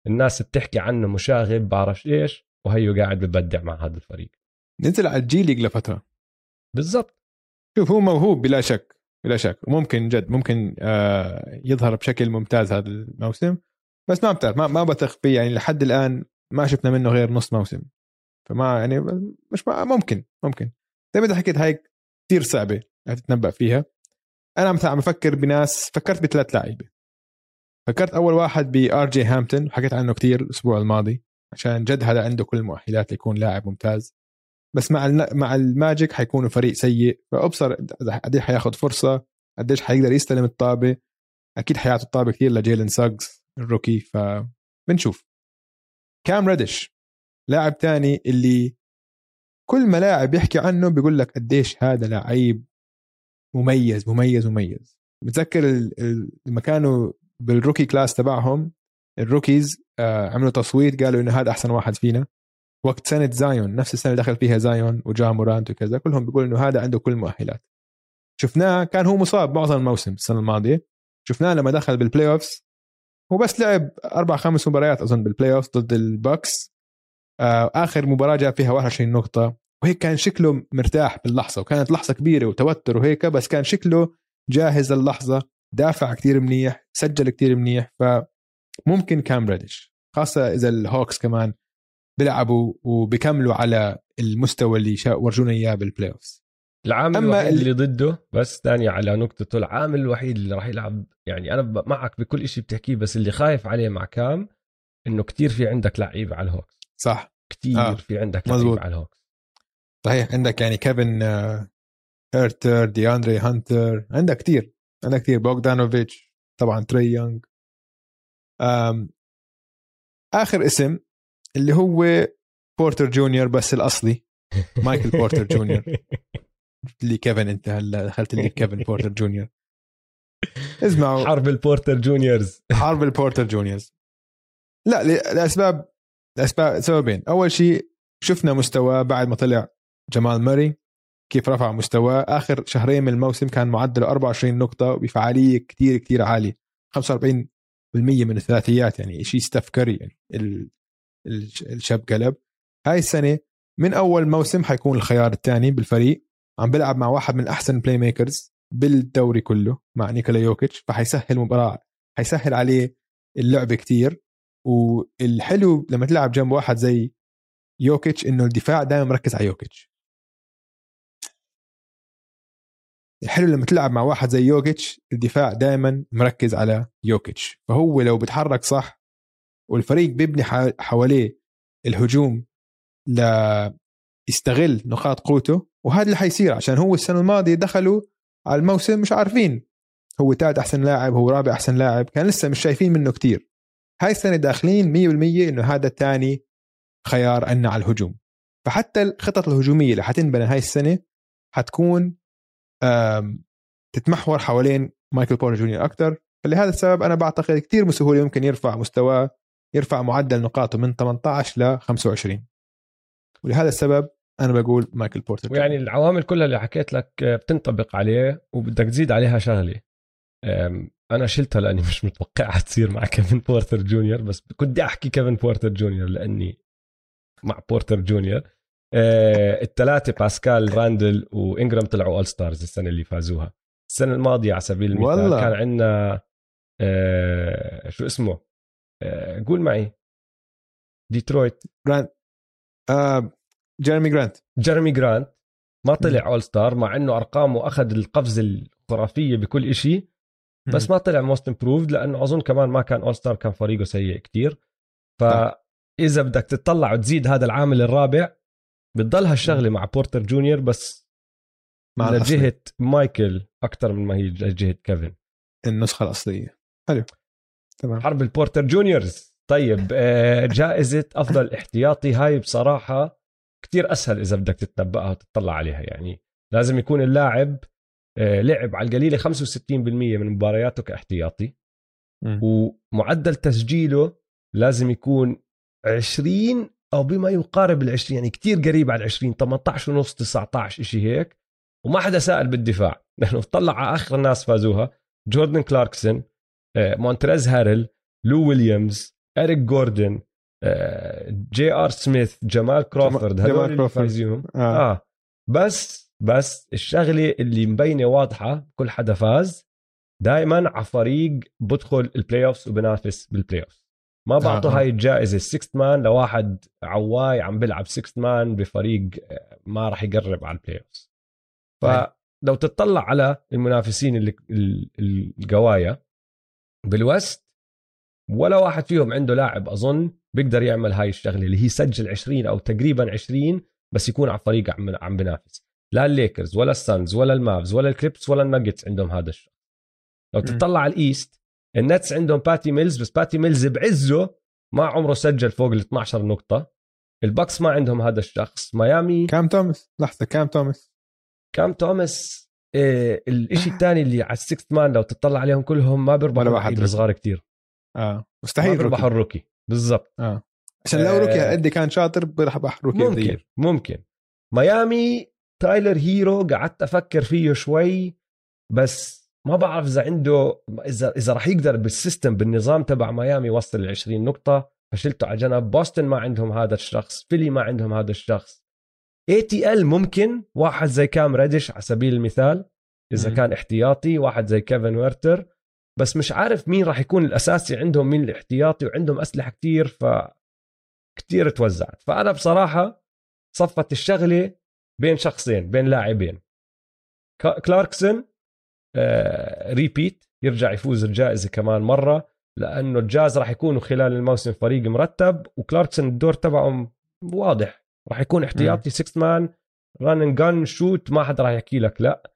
الناس بتحكي عنه مشاغب بعرفش إيش، وهيو قاعد ببدع مع هذا الفريق. نزل على الجي ليج لفترة. بالضبط. شوف هو موهوب بلا شك بلا شك، وممكن جد ممكن آه يظهر بشكل ممتاز هذا الموسم، بس ما بتعرف ما, ما بثق فيه يعني. لحد الآن ما شفنا منه غير نص موسم، فما يعني مش ما ممكن ممكن زي ما انت حكيت هاي كثير صعبة تتنبأ فيها. أنا مثلا عم بفكر بناس، فكرت بثلاث لاعيبة. فكرت أول واحد بآر جي هامبتون، وحكيت عنه كتير الأسبوع الماضي عشان جد هذا عنده كل المؤهلات ليكون لاعب ممتاز، بس مع مع الماجيك حيكونوا فريق سيء، فأبصر قديش حياخد فرصة، قديش حيقدر يستلم الطابة. أكيد حيعطي الطابة كتير لجيلن ساجز الروكي، فبنشوف. كام ريديش لاعب تاني اللي كل ما لاعب يحكي عنه بيقول لك قديش هذا لاعب مميز مميز مميز. متذكر لما كانوا بالروكي كلاس تبعهم الروكيز آه عملوا تصويت قالوا إنه هذا أحسن واحد فينا وقت سنة زايون، نفس السنة دخل فيها زايون وجا مورانت وكذا، كلهم بيقولوا إنه هذا عنده كل المؤهلات. شفناه كان هو مصاب معظم الموسم السنة الماضية، شفناه لما دخل بالبلاي أوفس هو بس لعب أربع خمس مباريات أظن بالبلاي أوفس ضد البوكس. آه آخر مباراة جاب فيها واحد وعشرين نقطة، وهيك كان شكله مرتاح باللحظة، وكانت لحظة كبيرة وتوتر وهيك، بس كان شكله جاهز للحظة، دافع كتير منيح، سجل كتير منيح. فممكن كام ريديش خاصة إذا الهوكس كمان بيلعبوا وبيكملوا على المستوى اللي ورجونا إياه بالبلاي أوفس. العامل الوحيد اللي ضده بس تاني على نقطته، العامل الوحيد اللي راح يلعب يعني أنا معك بكل إشي بتحكيه، بس اللي خايف عليه مع كام إنه كتير في عندك لعيب على الهوكس. صح كتير آه. في عندك لعيب على الهوكس. صحيح عندك يعني كيفن هيرتر، دي أندري هانتر، عندك كتير عندك كتير بوغدانوفيتش طبعا، تري يونغ. آخر اسم اللي هو بورتر جونيور بس الأصلي مايكل بورتر جونيور. اللي كيفن انت هلا دخلت لي كيفن بورتر جونيور. اسمعوا حرب البورتر جونيورز حرب البورتر جونيورز. لا لأسباب لأسباب سببين. أول شيء شفنا مستوى بعد ما طلع جمال ماري كيف رفع مستواه. آخر شهرين من الموسم كان معدله أربعة وعشرين نقطة بفعالية كتير كتير عالية، خمسة وأربعين بالمية من الثلاثيات، يعني شيء ستيف كاري يعني الشاب قلب. هاي السنة من أول موسم حيكون الخيار الثاني بالفريق، عم بلعب مع واحد من أحسن بلاي ميكرز بالدوري كله مع نيكولا يوكيتش، فحيسهل مباراة، حيسهل عليه اللعب كتير. والحلو لما تلعب جنب واحد زي يوكيتش إنه الدفاع دائما مركز على يوكيتش. الحلو لما تلعب مع واحد زي يوكيتش الدفاع دائما مركز على يوكيتش، فهو لو بتحرك صح والفريق بيبني حواليه الهجوم لا يستغل نقاط قوته، وهذا اللي حيصير. عشان هو السنة الماضية دخلوا على الموسم مش عارفين هو تالت أحسن لاعب هو رابع أحسن لاعب، كان لسه مش شايفين منه كتير. هاي السنة داخلين مية بالمية إنه هذا الثاني خيار أن على الهجوم. فحتى الخطط الهجومية اللي حتنبنى هاي السنة حتكون تتمحور حوالين مايكل بورتر جونيور أكتر. فلهذا السبب أنا بعتقد كتير بسهولة يمكن يرفع مستواه، يرفع معدل نقاطه من ثمانية عشر ل خمسة وعشرين. ولهذا السبب أنا بقول مايكل بورتر. ويعني العوامل كلها اللي حكيت لك بتنطبق عليه، وبدك تزيد عليها شغلة أنا شلتها لأني مش متوقعها تصير مع كيفن بورتر جونيور، بس كنت أحكي كيفن بورتر جونيور لأني مع بورتر جونيور. الثلاثة باسكال راندل وإنجرام طلعوا أول ستارز السنة اللي فازوها. السنة الماضية على سبيل المثال والله. كان عندنا شو اسمه قول معي ديترويت جرانت آه جيرمي جرانت جيرمي جرانت ما طلع أول ستار مع إنه أرقامه أخذ القفزة الخرافية بكل إشي، بس ما طلع موست امبروفد لأنه أظن كمان ما كان أول ستار، كان فريقه سيء كتير. فإذا بدك تطلع وتزيد هذا العامل الرابع بتضل هالشغلة مع بورتر جونيور، بس مع لجهة مايكل أكتر من ما هي لجهة كيفن النسخة الأصلية. حلو تمام. حرب البورتر جونيورز. طيب جائزة أفضل احتياطي هاي بصراحة كتير أسهل إذا بدك تتنبأها وتطلع عليها. يعني لازم يكون اللاعب لعب على القليلة خمسة وستين بالمية من مبارياته كاحتياطي، م. ومعدل تسجيله لازم يكون عشرين أو بما يقارب العشرين، يعني كتير قريب على العشرين، ثمانية عشر ونص تسعة عشر إشي هيك. وما حدا سائل بالدفاع، نحن نطلع على آخر الناس فازوها: جوردن كلاركسون، مونتريز هارل، لو ويليامز، إريك جوردن، جي آر سميث، جمال كروفورد، هذول اللي فايزينهم. آه. آه بس بس الشغلة اللي مبينة واضحة، كل حدا فاز دائما على فريق بدخل البلاي أوفس وبنافس بالبلاي أوفس. ما بعطوا آه. هاي الجائزة السكست مان لواحد عواي عم بلعب سكست مان بفريق ما راح يقرب على البلاي أوفس. فلو تطلع على المنافسين اللي القوايا بالوست، ولا واحد فيهم عنده لاعب أظن بيقدر يعمل هاي الشغلة اللي هي سجل عشرين أو تقريبا عشرين بس يكون على فريق عم عم بنافس. لا الليكرز ولا السانز ولا المافز ولا الكليبس ولا الناجتس عندهم هذا الشيء. لو تطلع على الإيست، النتس عندهم باتي ميلز، بس باتي ميلز بعزه ما عمره سجل فوق ال اثنا عشر نقطة. الباكس ما عندهم هذا الشخص. ميامي كام توماس، لحظة كام توماس كام توماس إيه الاشي الثاني اللي على السكست مان لو تطلع عليهم كلهم ما بيربحوا واحد صغار كتير. اه مستحيل بيربحوا الروكي بالضبط. اه عشان لو روكي قد كان شاطر بيربح روكي. ممكن كثير. ممكن ميامي تايلر هيرو قعدت افكر فيه شوي، بس ما بعرف اذا عنده اذا اذا راح يقدر بالسيستم بالنظام تبع ميامي يوصل ل عشرين نقطة. فشلته على جنب. بوسطن ما عندهم هذا الشخص، فيلي ما عندهم هذا الشخص. اي تي ال ممكن واحد زي كام ريدش على سبيل المثال اذا م. كان احتياطي، واحد زي كيفن ويرتر، بس مش عارف مين راح يكون الاساسي عندهم مين الاحتياطي، وعندهم اسلحه كتير ف كتير توزعت. فانا بصراحه صفت الشغله بين شخصين، بين لاعبين. كلاركسون آه ريبيت يرجع يفوز الجائزه كمان مره، لانه الجاز راح يكونوا خلال الموسم فريق مرتب، وكلاركسون الدور تبعهم واضح، راح يكون احتياطي سكس مان ران جان شوت، ما حدا راح يحكي لك لا.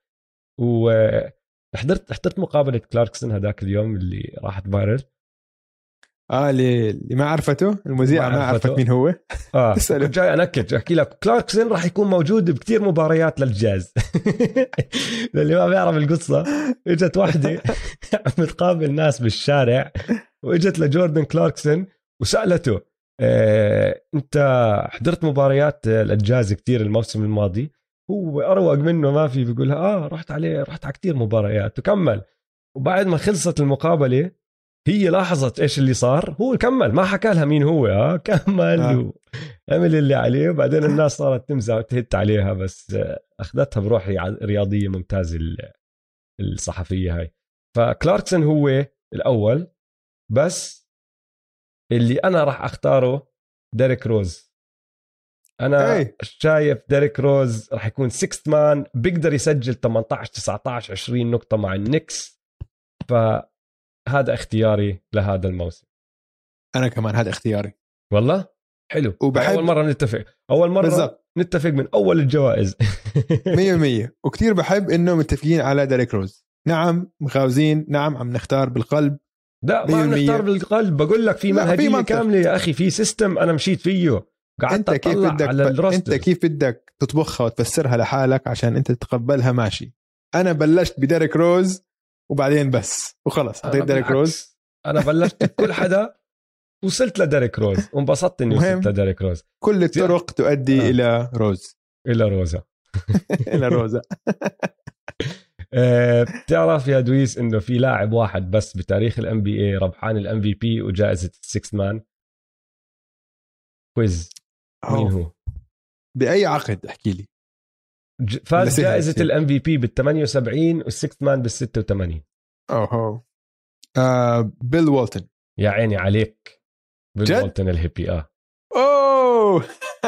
وحضرت حضرت مقابله كلاركسون هذاك اليوم اللي راحت فايرل. اه اللي, اللي ما عرفته المذيع ما, ما عرفت مين هو. اه كنت جاي انكد احكي لك كلاركسون راح يكون موجود بكتير مباريات للجاز. اللي ما بيعرف القصه، اجت واحده متقابل ناس بالشارع واجت لجوردن كلاركسون وسالته آه، انت حضرت مباريات للجاز كتير الموسم الماضي؟ هو اروق منه ما في، بيقولها اه رحت عليه رحت على كتير مباريات وكمل. وبعد ما خلصت المقابله هي لاحظت ايش اللي صار، هو كمل ما حكى لها مين هو، اه كمل آه. عمل اللي عليه. وبعدين الناس صارت تمزح وتهت عليها، بس اخذتها بروح رياضيه ممتازه الصحفيه هاي. فكلاركسون هو الاول، بس اللي انا راح اختاره ديريك روز. انا أي. شايف ديريك روز راح يكون سيكست مان، بيقدر يسجل ثمانية عشر تسعة عشر عشرين نقطه مع النكس. فهذا اختياري لهذا الموسم. انا كمان هذا اختياري والله حلو. وبحب اول مره نتفق اول مره بالزبط. نتفق من اول الجوائز. مية مية. وكتير بحب انه متفقين على ديريك روز. نعم مخاوزين، نعم عم نختار بالقلب. لا ما عم نختار بالقلب، بقول لك في منهجيه كامله يا اخي، في سيستم انا مشيت فيه. قعدت انت كيف بدك على انت كيف بدك تطبخها وتفسرها لحالك عشان انت تتقبلها ماشي. انا بلشت بديريك روز وبعدين بس وخلص حطيت ديريك روز. انا بلشت بكل حدا وصلت لديريك روز وانبسطت اني وصلت لديريك روز. كل الطرق تؤدي آه. الى روز الى روزا الى روزا. بتعرف يا دويس انه في لاعب واحد بس بتاريخ الام بي اي ربحان الام في بي وجائزه السكس مان؟ كويز مين هو؟ باي عقد احكي لي. فاز جائزه الام في بي بال ثمانية وسبعين والسكس مان بال ستة وثمانين. اوه آه بيل والتون. يا عيني عليك بيل والتون الهيبي. اه اوه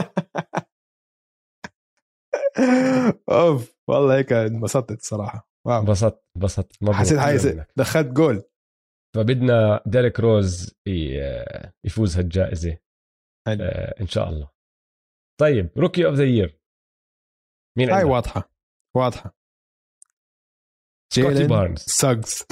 اوف والله هيك انبسطت الصراحه. واو انبسطت انبسطت حسيت حاجه دخلت جول. فبدنا ديريك روز يفوز هالجائزه آه ان شاء الله. طيب روكي اوف ذا يير مين هاي؟ واضحه واضحه سكوتي بارنز ساجز.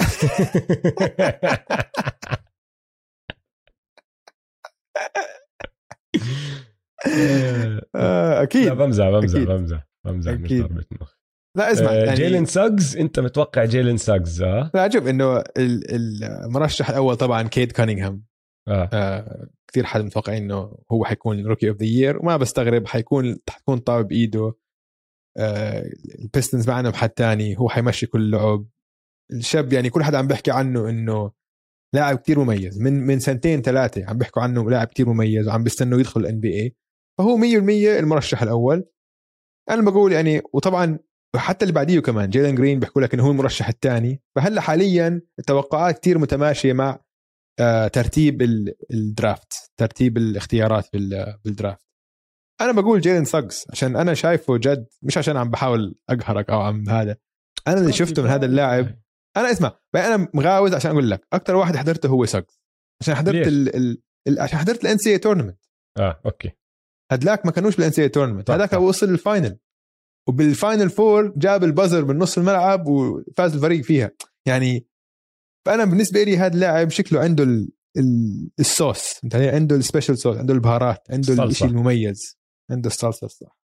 اكيد لا بمزح بمزح بمزح بمزح مش ضربة مخ. لا اسمع يعني جيلين ساجز، انت متوقع جيلين ساجز؟ اه لا عجب انه المرشح الاول طبعا كيد كانينغهام. آه. آه كثير حد متوقع انه هو حيكون روكي اوف ذا يير، وما بستغرب حيكون حتكون طاوب بايده. آه البيستنز معنا بحد تاني، هو حيمشي كل لعب الشاب. يعني كل حد عم بيحكي عنه انه لاعب كتير مميز من من سنتين ثلاثه عم بيحكوا عنه لاعب كتير مميز وعم بيستنوا يدخل الان بي اي، فهو مية بالمية المرشح الاول. انا بقول يعني، وطبعا حتى اللي بعديه كمان جيلن جرين بيحكوا لك انه هو المرشح الثاني. فهلا حاليا التوقعات كتير متماشيه مع آه ترتيب الدرافت، ترتيب الاختيارات بالدرافت. انا بقول جيلن ساجز عشان انا شايفه جد، مش عشان عم بحاول اقهرك او عم هذا. انا اللي شفته من هذا اللاعب، انا اسمع بقى، انا مغاوز عشان اقول لك اكثر واحد حضرته هو ساجز، عشان حضرت ال ال ال عشان حضرت الان سي اي تورنمنت. اه اوكي، هدلاك ما كانوش بالان سي اي تورنمنت، هذاك وصل الفاينل، وبالفاينل فور جاب البازر من نص الملعب وفاز الفريق فيها يعني. فانا بالنسبه لي هذا اللاعب شكله عنده ال ال الصوص، عنده السبيشال صوص، عنده البهارات، عنده الشيء المميز، عنده الصلصه الصح.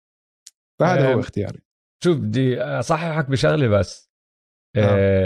فهذا هو اختياري. شوف بدي اصححك بشغله بس. آه.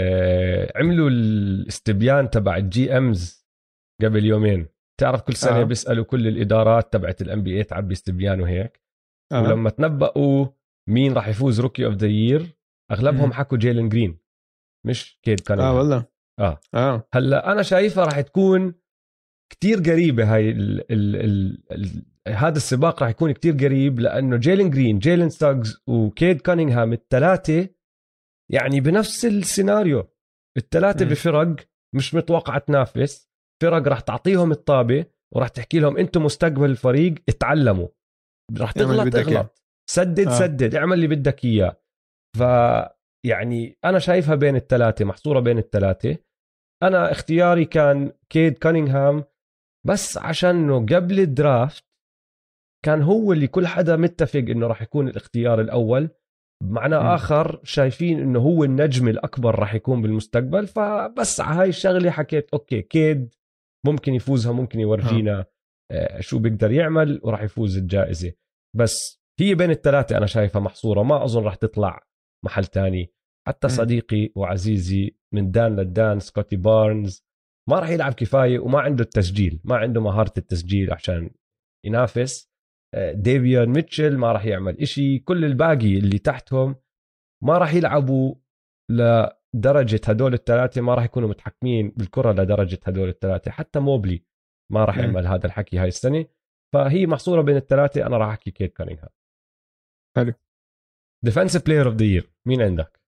آه عملوا الاستبيان تبع الجي امز قبل يومين، تعرف كل سنه آه. بيسالوا كل الادارات تبعت الام بي اي تعبي استبيان وهيك. آه. ولما تنبؤوا مين راح يفوز روكي اوف ذا يير اغلبهم م. حكوا جيلن جرين مش كيد كانينغهام. اه والله اه, آه. هلا انا شايفها راح تكون كتير قريبه هاي ال ال ال ال هذا السباق راح يكون كتير قريب، لانه جيلن جرين، جيلن ستاغز وكيد كانينغهام الثلاثه يعني بنفس السيناريو، الثلاثه بفرق مش متوقعه تنافس، فرق راح تعطيهم الطابه وراح تحكي لهم انتم مستقبل الفريق، اتعلموا، راح تغلط اغلط، سدد آه. سدد، اعمل اللي بدك اياه. ف يعني انا شايفها بين الثلاثه، محصوره بين الثلاثه. انا اختياري كان كيد كانينغهام بس عشانه قبل الدرافت كان هو اللي كل حدا متفق انه راح يكون الاختيار الاول، بمعنى م. اخر شايفين انه هو النجم الاكبر راح يكون بالمستقبل. فبس على هاي الشغله حكيت اوكي كيد ممكن يفوزها، ممكن يورجينا آه شو بيقدر يعمل وراح يفوز الجائزه. بس هي بين الثلاثه انا شايفها محصوره، ما اظن راح تطلع محل تاني. حتى م. صديقي وعزيزي من دان للدان سكوتي بارنز ما راح يلعب كفايه وما عنده التسجيل، ما عنده مهاره التسجيل عشان ينافس. ديفيون ميتشل ما راح يعمل إشي، كل الباقي اللي تحتهم ما راح يلعبوا لدرجة هدول الثلاثة، ما راح يكونوا متحكمين بالكرة لدرجة هدول الثلاثة. حتى موبلي ما راح يعمل هذا الحكي هاي السنة. فهي محصورة بين الثلاثة. أنا راح أحكي كيد كانينغهام. حلو. ديفنسيف بلاير اوف ذا يير مين عندك؟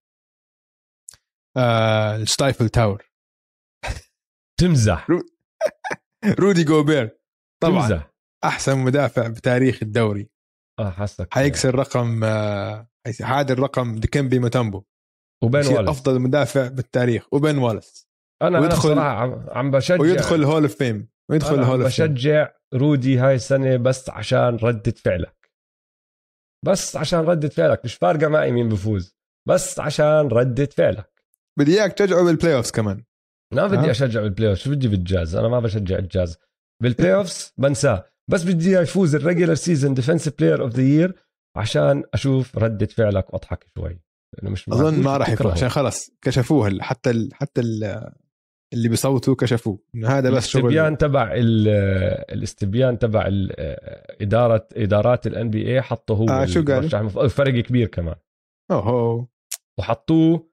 آه، ستايفل تاور. تمزح. رو... رودي جوبير طبعا تمزح. احسن مدافع بتاريخ الدوري. اه حسك حيكسر رقم آه هذا الرقم ديكمبي موتامبو، وبين والس افضل مدافع بالتاريخ، وبين والس. انا ويدخل انا عم, عم بشجع ويدخل هول اوف فيم، ويدخل هول اوف فيم. بشجع رودي هاي السنه بس عشان ردة فعلك، بس عشان ردة فعلك، مش فارقه معي مين بفوز، بس عشان ردة فعلك. بدي اياك تشجعه بالبلاي اوفز كمان. ما بدي اشجع بالبلاي اوفز، شو بدي بالجاز؟ انا ما بشجع الجاز بالبلاي اوفز، بنساه. بس بدي يفوز الريجولر سيزون ديفنسيف بلاير اوف ذا يير عشان اشوف ردة فعلك واضحك شوي، لانه مش اظن ما راح يفوز عشان خلص كشفوه. حتى ال حتى ال اللي بيصوتوا كشفوه انه هذا بس شغل. الاستبيان تبع الاستبيان تبع اداره ادارات الان بي اي حطوا هو آه شو قال؟ فرق كبير كمان. اوه وحطوه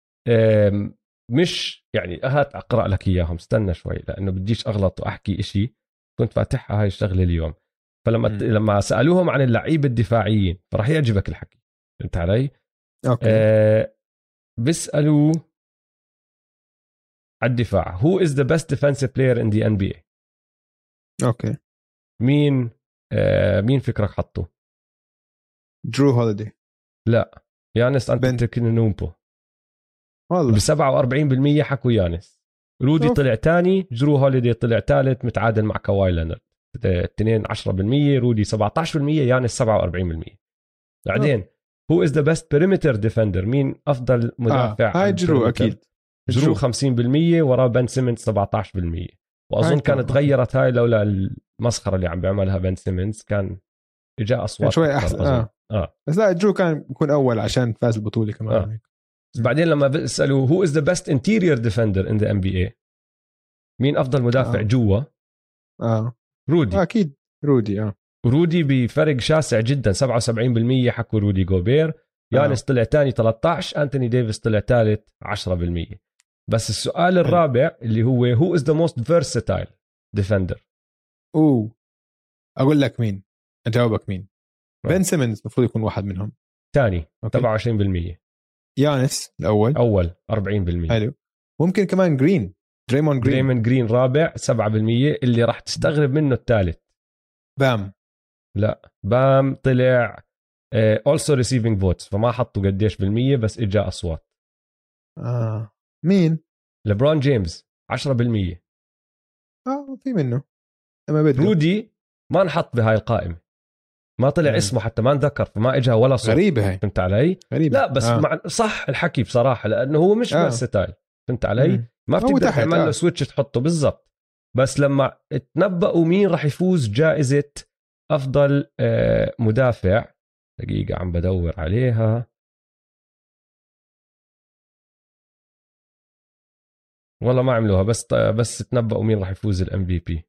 مش يعني هات اقرا لك اياهم، استنى شوي لانه بديش اغلط واحكي إشي كنت فاتحها هاي الشغله اليوم. فلما م. لما سالوهم عن اللعيبه الدفاعيين فراح يعجبك الحكي، فهمت علي؟ اوكي. آه بيسالوا على الدفاع who is the best defensive player in the إن بي إيه. اوكي. مين آه مين فكرك حطه؟ درو هوليدي. لا، يانس أنتetokounمبو. والله ب سبعة وأربعين بالمية حكوا يانس. رودي أوف. طلع تاني، درو هوليدي طلع ثالث متعادل مع كواي لينارد اثنين عشرة بالمية، رودي سبعة عشر بالمية، يانس سبعة وأربعين بالمية. بعدين who is the best perimeter defender، مين افضل مدافع؟ آه. هاي درو اكيد. درو خمسين بالمية، وراه بن سيمنز سبعة عشر بالمية. واظن كانت تغيرت هاي لولا المسخره اللي عم بيعملها بن سيمنز، كان اجى اصوات شوي احسن. آه. اه بس لا، درو كان بيكون اول عشان فاز البطوله كمان. آه. بعدين لما بيسالوا who is the best interior defender in the إن بي إيه، مين افضل مدافع آه. جوا؟ اه رودي. آه اكيد رودي. اه رودي بفرق شاسع جدا، سبعة وسبعين بالمية حكوا رودي جوبير. يانس آه. طلع ثاني ثلاثة عشر، أنتوني ديفيس طلع ثالث عشرة بالمية. بس السؤال الرابع اللي هو who is the most versatile defender. اوه اقول لك مين، اجاوبك مين. بن سيمنز المفروض يكون واحد منهم. ثاني سبعة وعشرين بالمية. يانس الاول اول أربعين بالمية. حلو. ممكن كمان جرين، دريمون جرين. دريمون جرين رابع سبعة بالمية. اللي راح تستغرب منه الثالث بام. لا بام طلع uh, also receiving votes فما حطوا قديش بالمية بس اجا اصوات. اه مين؟ ليبرون جيمس عشرة بالمية. اه في منه اما بده. رودي ما نحط بهاي القائمة، ما طلع مم. اسمه حتى ما نذكر فما اجا ولا صوت. غريبة هاي. فهمت علي؟ غريبة. لا بس آه. مع صح الحكي بصراحة لأنه هو مش آه. فيرساتايل. فهمت علي؟ مم. ما بتقدر تحت. تعمل له آه. سويتش تحطه بالضبط. بس لما تنبأوا مين راح يفوز جائزة أفضل مدافع، دقيقة عم بدور عليها والله ما عملوها، بس بس تنبأوا مين راح يفوز الام في بي.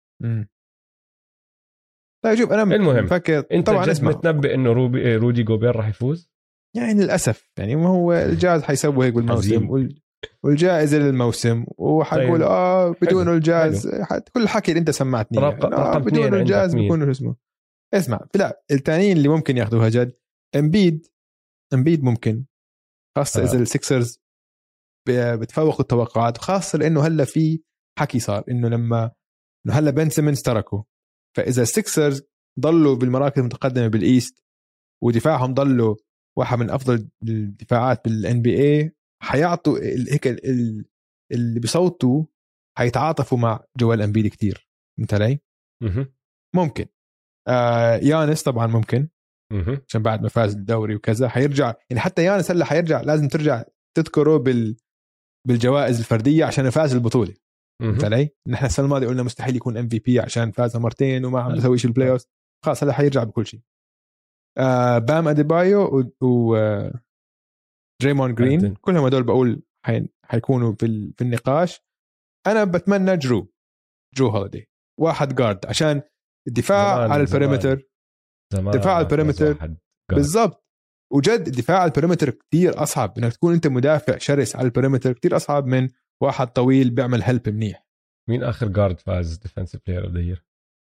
طيب شوف انا المهم مفكر انت طبعا جد اسمع. متنبئ انه روبي رودي جوبير راح يفوز؟ يعني للاسف يعني ما هو الجاز حيسوي هيك بالموسم وال... والجائزه للموسم وحقول طيب. اه بدون حلو. الجاز حلو. حت... كل الحكي اللي انت سمعتني رق... يعني. آه رقم بدون الجاز بيكون اسمه اسمع. لا الثانيين اللي ممكن ياخذوها جد امبيد. امبيد ممكن خاصه آه. اذا السكسرز بتفوق التوقعات، خاصه لانه هلا في حكي صار انه لما انه هلا بن سيمنز تركوا، فاذا السكسرز ضلوا بالمراكز المتقدمه بالايست ودفاعهم ضلوا واحد من افضل الدفاعات بالان بي اي، حيعطوا هيك اللي بيصوتوا حيتعاطفوا مع جوال امبيد كتير. انت علي؟ ممكن آه يانس طبعا ممكن عشان بعد ما فاز الدوري وكذا حيرجع يعني. حتى يانس هلا حيرجع لازم ترجع تذكره بال بالجوائز الفرديه عشان فاز البطوله. انت علي؟ نحن السنه الماضيه قلنا مستحيل يكون ام في بي عشان فازها مرتين وما عم بيسوي شيء البلاي اوف. خلاص هلا حيرجع بكل شيء. آه بام اديبايو و آه دريمون جرين أنتن. كلهم هدول بقول حي... حيكونوا في, في النقاش. انا بتمنى جو جو هوليدي واحد جارد عشان الدفاع زمان على البريمتر. دفاع على البريمتر بالضبط. وجد دفاع على البريمتر كتير اصعب. انك تكون انت مدافع شرس على البريمتر كتير اصعب من واحد طويل بيعمل هلب منيح. مين اخر جارد فاز ديفنسيف بلاير اوف ذا يير؟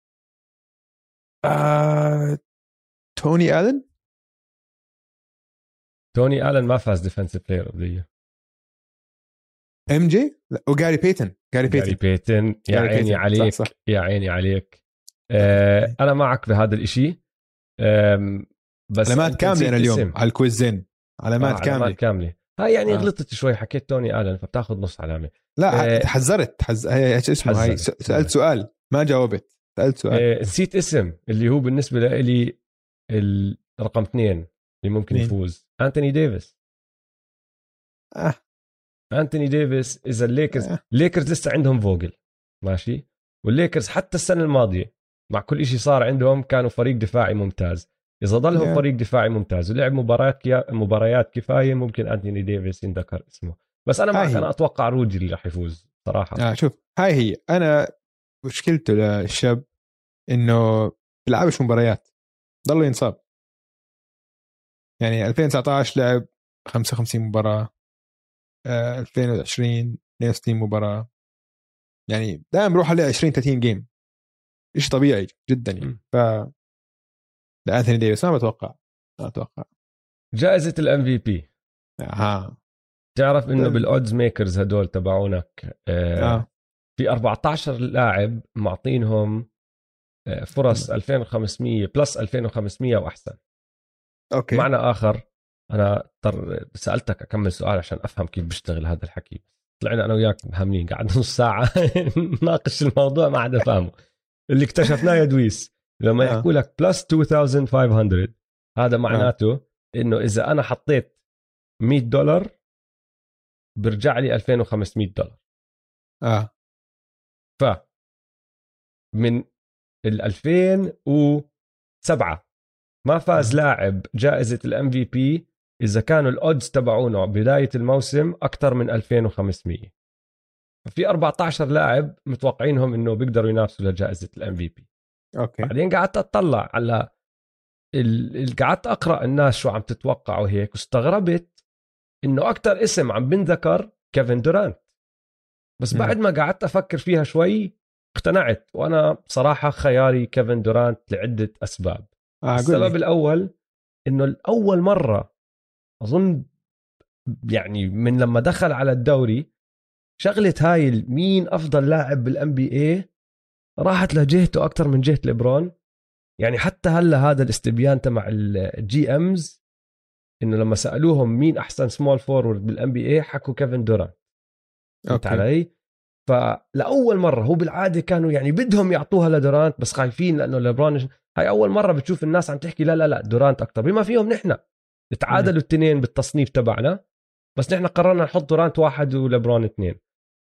آه... توني آلن. توني آلن ما فاز ديفنسيف بلاير اوف ذا يير. ام جي وجاري بيتن. جاري بيتن جاري بيتن يا عيني بيتن. عليك صح صح. يا عيني عليك. آه انا معك بهذا الاشي. آه بس علامات كامله انا اليوم اسم. على الكويزين علامات آه كامله. علامات كامله هاي يعني. آه. غلطت شوي حكيت توني آلن فبتاخذ نص علامه. لا آه حذرت حز... هي ايش اسمه هاي سالت سؤال ما جاوبت. سالت سؤال آه نسيت اسم اللي هو بالنسبه لي الرقم اثنين اللي ممكن مين؟ يفوز أنتوني ديفيس. آه. أنتوني ديفيس إذا الليكرز آه. الليكرز لسه عندهم فوجل ماشي، والليكرز حتى السنة الماضية مع كل إشي صار عندهم كانوا فريق دفاعي ممتاز. إذا ضلهم yeah. فريق دفاعي ممتاز ولعب مباريات مباريات كفاية ممكن أنتوني ديفيس ينذكر اسمه. بس أنا معك أنا أتوقع رودي اللي راح يفوز صراحة. آه شوف هاي هي أنا مشكلته للشاب إنه بيلعبش مباريات ضل ينصاب. يعني ألفين وتسعة عشر لعب خمسة وخمسين مباراة، آه ألفين وعشرين اثنين وستين مباراة، يعني دائما بروح عليه عشرين ثلاثين جيم. إيش طبيعي جدا يعني. ف لأنثوني ديفيس ما بتوقع ما أتوقع جائزة الام في بي. ها تعرف إنه بالأودز ميكرز هدول تبعونك آه آه. في أربعة عشر لاعب معطينهم آه فرص ألفين وخمسمية بلس ألفين وخمسمية وأحسن. أوكي. معنى آخر أنا اضطر سألتك أكمل سؤال عشان أفهم كيف بيشتغل هذا الحكي. طلعنا أنا وياك هاملين قعدنا نص ساعة ناقش الموضوع ما عاد فاهمه. اللي اكتشفناه يا دويس لما آه. يحكوا لك بلس اثنين آلاف وخمسمية هذا معناته آه. إنه إذا أنا حطيت مية دولار برجع لي ألفين وخمسمية دولار. آه. ف من ال ألفين وسبعة ما فاز لاعب جائزة الام في بي إذا كانوا الأودز تبعونه بداية الموسم أكثر من ألفين وخمسمية. في أربعة عشر لاعب متوقعينهم إنه بيقدروا ينافسوا لجائزة الام في بي. أوكي. بعدين قعدت أطلع على ال... قعدت أقرأ الناس شو عم تتوقع وهيك واستغربت إنه أكتر اسم عم بنذكر كيفن دورانت. بس بعد ما قعدت أفكر فيها شوي اقتنعت، وأنا بصراحة خياري كيفن دورانت لعدة أسباب. آه السبب الأول إنه الأول مرة أظن يعني من لما دخل على الدوري شغلة هاي مين أفضل لاعب بالان بي اي راحت لجهته أكتر من جهة ليبرون. يعني حتى هلا هذا الاستبيان تبع الجي امز إنه لما سألوهم مين أحسن سمول فورورد بالان بي اي حكوا كيفن دورانت. فهمت علي؟ فلأول مرة هو بالعادة كانوا يعني بدهم يعطوها لدورانت بس خايفين لأنه ليبرون. هاي أول مرة بتشوف الناس عم تحكي لا لا لا دورانت أكتر، بما فيهم نحن تعادلوا الاثنين بالتصنيف تبعنا بس نحن قررنا نحط دورانت واحد وليبرون اثنين.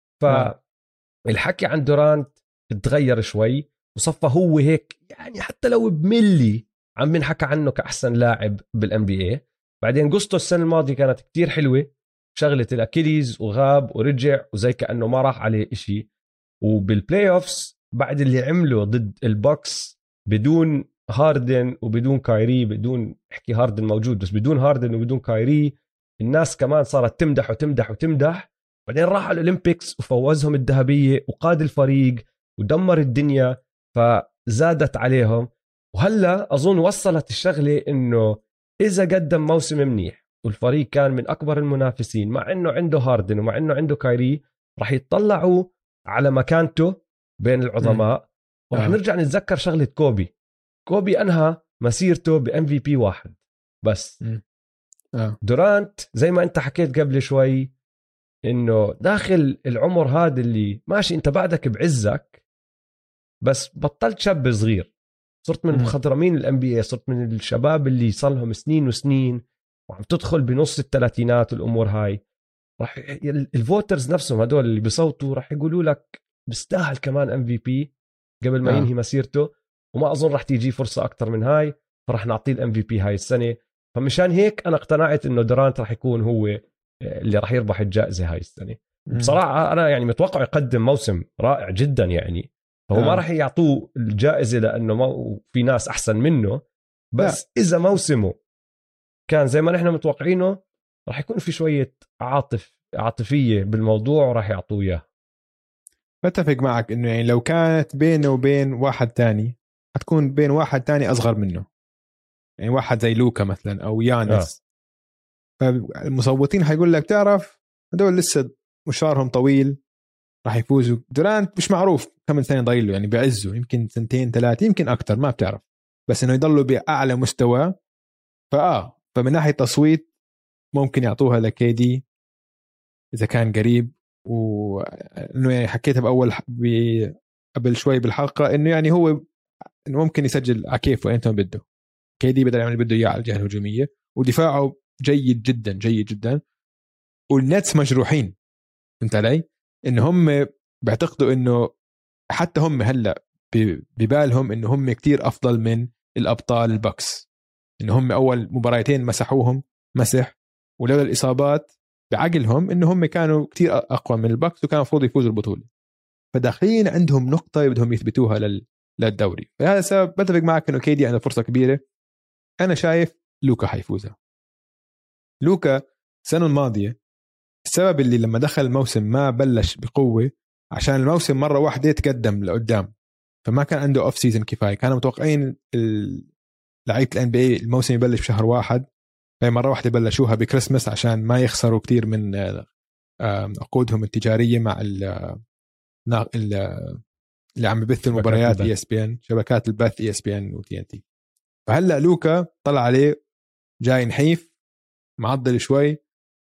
فالحكي عن دورانت تغير شوي وصفى هو هيك يعني حتى لو بملي عم بنحكى عنه كأحسن لاعب بالان بي اي. بعدين قصته السنة الماضية كانت كتير حلوة، شغلة الأكيليز وغاب ورجع وزي كأنه ما راح عليه إشي. وبالبلاي أوفس بعد اللي عمله ضد البوكس بدون هاردن وبدون كايري، بدون احكي هاردن موجود بس بدون هاردن وبدون كايري، الناس كمان صارت تمدح وتمدح وتمدح. بعدين راح على الأولمبيكس وفوزهم الذهبية وقاد الفريق ودمر الدنيا فزادت عليهم. وهلا أظن وصلت الشغلة إنه إذا قدم موسم منيح والفريق كان من أكبر المنافسين مع إنه عنده هاردن ومع إنه عنده كايري راح يتطلعوا على مكانته بين العظماء. ورح آه. نرجع نتذكر شغلة كوبي. كوبي أنهى مسيرته بإم في بي واحد بس. آه. دورانت زي ما أنت حكيت قبل شوي إنه داخل العمر هذا اللي ماشي أنت بعدك بعزك بس بطلت شاب صغير، صرت من مخضرمين الام بي اي، صرت من الشباب اللي صار لهم سنين وسنين وعم تدخل بنص الثلاثينات والامور هاي. راح الفوترز نفسهم هدول اللي بيصوتوا راح يقولوا لك بيستاهل كمان ام في بي قبل ما آه. ينهي مسيرته، وما اظن راح تيجي فرصه اكثر من هاي فراح نعطيه الام في بي هاي السنه. فمشان هيك انا اقتنعت انه دورانت راح يكون هو اللي راح يربح الجائزه هاي السنه. بصراحه انا يعني متوقع يقدم موسم رائع جدا يعني، فهو آه. ما راح يعطوه الجائزة لأنه ما في ناس أحسن منه، بس لا. إذا موسمه كان زي ما نحن متوقعينه راح يكون في شوية عاطف عاطفية بالموضوع وراح يعطوه إياه. بتفق معك إنه يعني لو كانت بينه وبين واحد تاني هتكون بين واحد تاني أصغر منه، يعني واحد زي لوكا مثلا أو يانس. آه. فالمصوتين هيقول لك تعرف هدول لسه مشوارهم طويل راح يفوزوا. دورانت مش معروف كم سنة ضايله يعني بعزه، يمكن سنتين ثلاثة يمكن أكتر ما بتعرف، بس إنه يضلوا بأعلى مستوى. فآه فمن ناحية تصويت ممكن يعطوها لكيدي إذا كان قريب. وإنه يعني حكيتها بأول قبل شوي بالحلقة إنه يعني هو إنه ممكن يسجل على كيفه أنت ما بده. كيدي بدأ يعمل بده إياه على الجهة الهجومية ودفاعه جيد جدا جيد جدا. والنتس مجروحين، فهمت علي؟ إنه هم بيعتقدوا إنه حتى هم هلا ببالهم إنه هم كتير أفضل من الأبطال البوكس، إنه هم أول مباراتين مسحوهم مسح، ولولا الإصابات بعقلهم إنه هم كانوا كتير أقوى من البوكس وكانوا المفروض يفوزوا البطولة. فداخلين عندهم نقطة بدهم يثبتوها للدوري. فهذا السبب بتفق معك إنه كيدي عنده فرصة كبيرة. أنا شايف لوكا حيفوزها. لوكا السنة الماضية السبب اللي لما دخل الموسم ما بلش بقوة عشان الموسم مرة واحدة تقدم لقدام، فما كان عنده أوف سيزن كفاية. كانوا متوقعين لعيبة الان بي اي الموسم يبلش بشهر واحد، فهي مرة واحدة بلشوها بكريسماس عشان ما يخسروا كتير من عقودهم التجارية مع اللي عم ببث المباريات اي اس بي ان، شبكات البث اي اس بي ان وتي ان تي. فهلا لوكا طلع عليه جاي نحيف معضل شوي،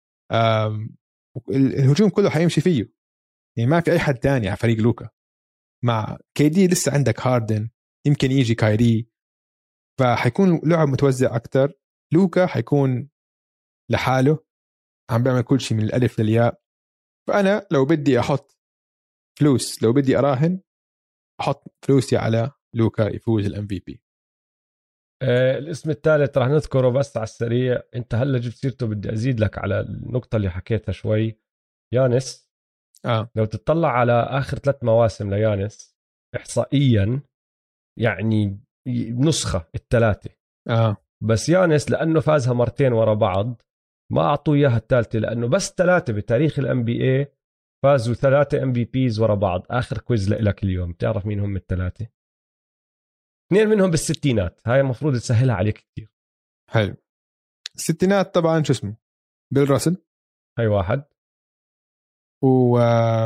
الهجوم كله حيمشي فيه، يعني ما في أي حد تاني على فريق لوكا. مع كيدي لسه عندك هاردن، يمكن يجي كايري، فحيكون لعب متوزع أكتر. لوكا حيكون لحاله عم بيعمل كل شيء من الألف للياء. فأنا لو بدي أحط فلوس، لو بدي أراهن أحط فلوسي على لوكا يفوز الام في بي. آه الاسم الثالث راح نذكره بس على السريع، انت هلا جبت سيرته بدي ازيد لك على النقطة اللي حكيتها شوي. يانس آه. لو تطلع على آخر ثلاث مواسم ليانس إحصائيا يعني نسخة الثلاثة. آه. بس يانس لأنه فازها مرتين ورا بعض ما أعطوه إياها الثالثة، لأنه بس ثلاثة بتاريخ الام بي اي فازوا ثلاثة ام بي بيز ورا بعض. آخر كويز لك اليوم، تعرف مين هم الثلاثة؟ اثنين منهم بالستينات، هاي المفروض تسهلها عليك كتير. حلو. الستينات طبعا شو اسمه بيل راسل، هاي واحد. و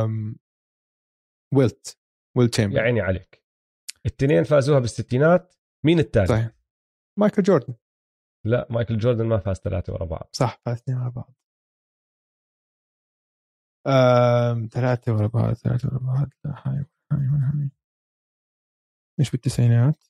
ويلت ويلت تشامبر. يا عيني عليك، الاثنين فازوها بالستينات. مين الثاني؟ صحيح مايكل جوردن. لا مايكل جوردن ما فاز ثلاثة ورا بعض. صح فاز اثنين ورا بعض. أم... ثلاثة ورا بعض ثلاثة ورا بعض. لا هاي هاي هاي مش بالتسعينات،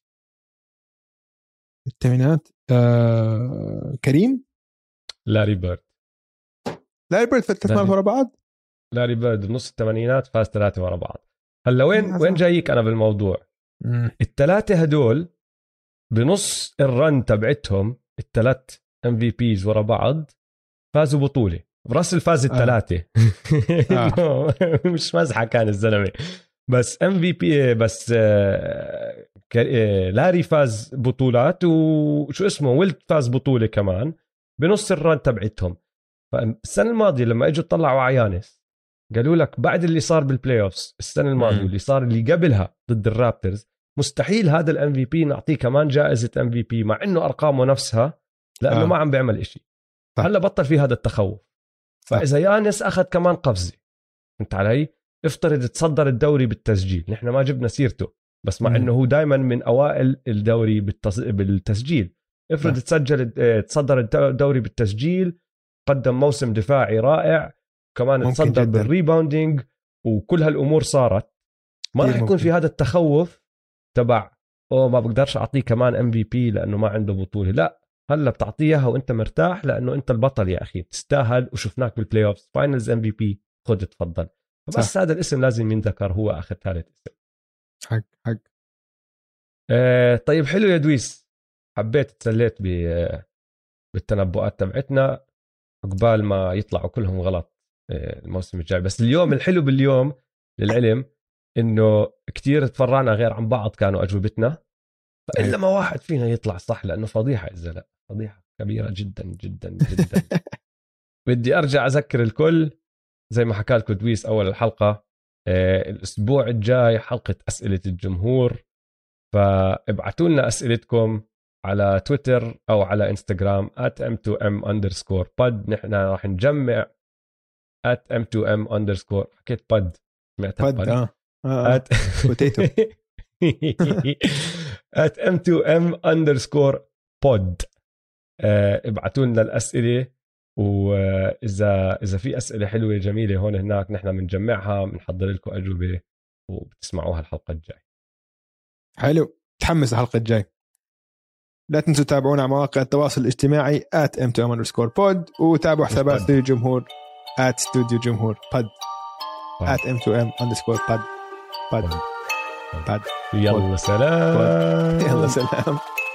بالثمانينات. أه... كريم. لاري بيرد. لاري بيرد ثلاث مرات ورا بعض. لاري بيرد بنص الثمانينات فاز ثلاثة ورا بعض. هلا وين وين جايك أنا بالموضوع؟ مم. الثلاثة هدول بنص الرن تبعتهم الثلاث ام في بيز ورا بعض فازوا بطولة. راسل فاز الثلاثة. آه. آه. مش مزحة كان الزلمة، بس ام في بي بس آه لاري فاز بطولات، وشو اسمه ويلت فاز بطولة كمان بنص الرن تبعتهم. فالسنة الماضية لما اجوا طلعوا عيانس قالوا لك بعد اللي صار بالبلاي اوفز السنة الماضية واللي صار اللي قبلها ضد الرابترز، مستحيل هذا الام في بي نعطيه كمان جائزة ام في بي مع انه ارقامه نفسها، لانه آه. ما عم بيعمل اشي. هلا بطل في هذا التخوف. فاذا يانس اخذ كمان قفزة، انت علي افترض تصدر الدوري بالتسجيل، نحن ما جبنا سيرته بس مع انه هو دائما من اوائل الدوري بالتص... بالتسجيل. افرض آه. تسجل تصدر الدوري بالتسجيل، قدم موسم دفاعي رائع، كمان تصدر بالريباوندينج، وكل هالامور صارت، ما راح يكون في هذا التخوف تبع او ما بقدرش اعطيه كمان ام في بي لانه ما عنده بطوله. لا، هلا بتعطيها وانت مرتاح لانه انت البطل يا اخي، تستاهل، وشفناك بالبلاي اوف فاينلز ام في بي، خذ تفضل. بس هذا الاسم لازم ينذكر، هو اخر ثالث اسم. حق حق. آه طيب حلو يا دويس، حبيت تسليت بالتنبؤات تبعتنا عقبال ما يطلعوا كلهم غلط الموسم الجاي. بس اليوم الحلو باليوم للعلم انه كتير تفرعنا غير عن بعض كانوا اجوبتنا، فإلا ما واحد فينا يطلع صح، لانه فضيحه الزلمه، فضيحه كبيره جدا جدا جدا. بدي ارجع اذكر الكل زي ما حكى لكم دويس اول الحلقه، آه الاسبوع الجاي حلقه اسئله الجمهور، فابعتوا لنا اسئلتكم على تويتر او على انستغرام at ام تو ام underscore pod. نحن راح نجمع at ام تو ام underscore حكيت pod سمعتها pod اه اه بوتيتو at ام تو ام underscore pod. ابعتوا لنا الاسئله، واذا اذا في اسئله حلوه جميله هون هناك نحن بنجمعها بنحضر لكم اجوبه وبتسمعوها الحلقه الجاي. حلو، تحمس الحلقه الجاي. لا تنسوا تتابعونا على مواقع التواصل الاجتماعي at ام تو ام underscore pod، وتابعوا حسابات استوديو جمهور at studio جمهور pod at ام تو ام underscore pod pod pod. يلا سلام. يلا سلام.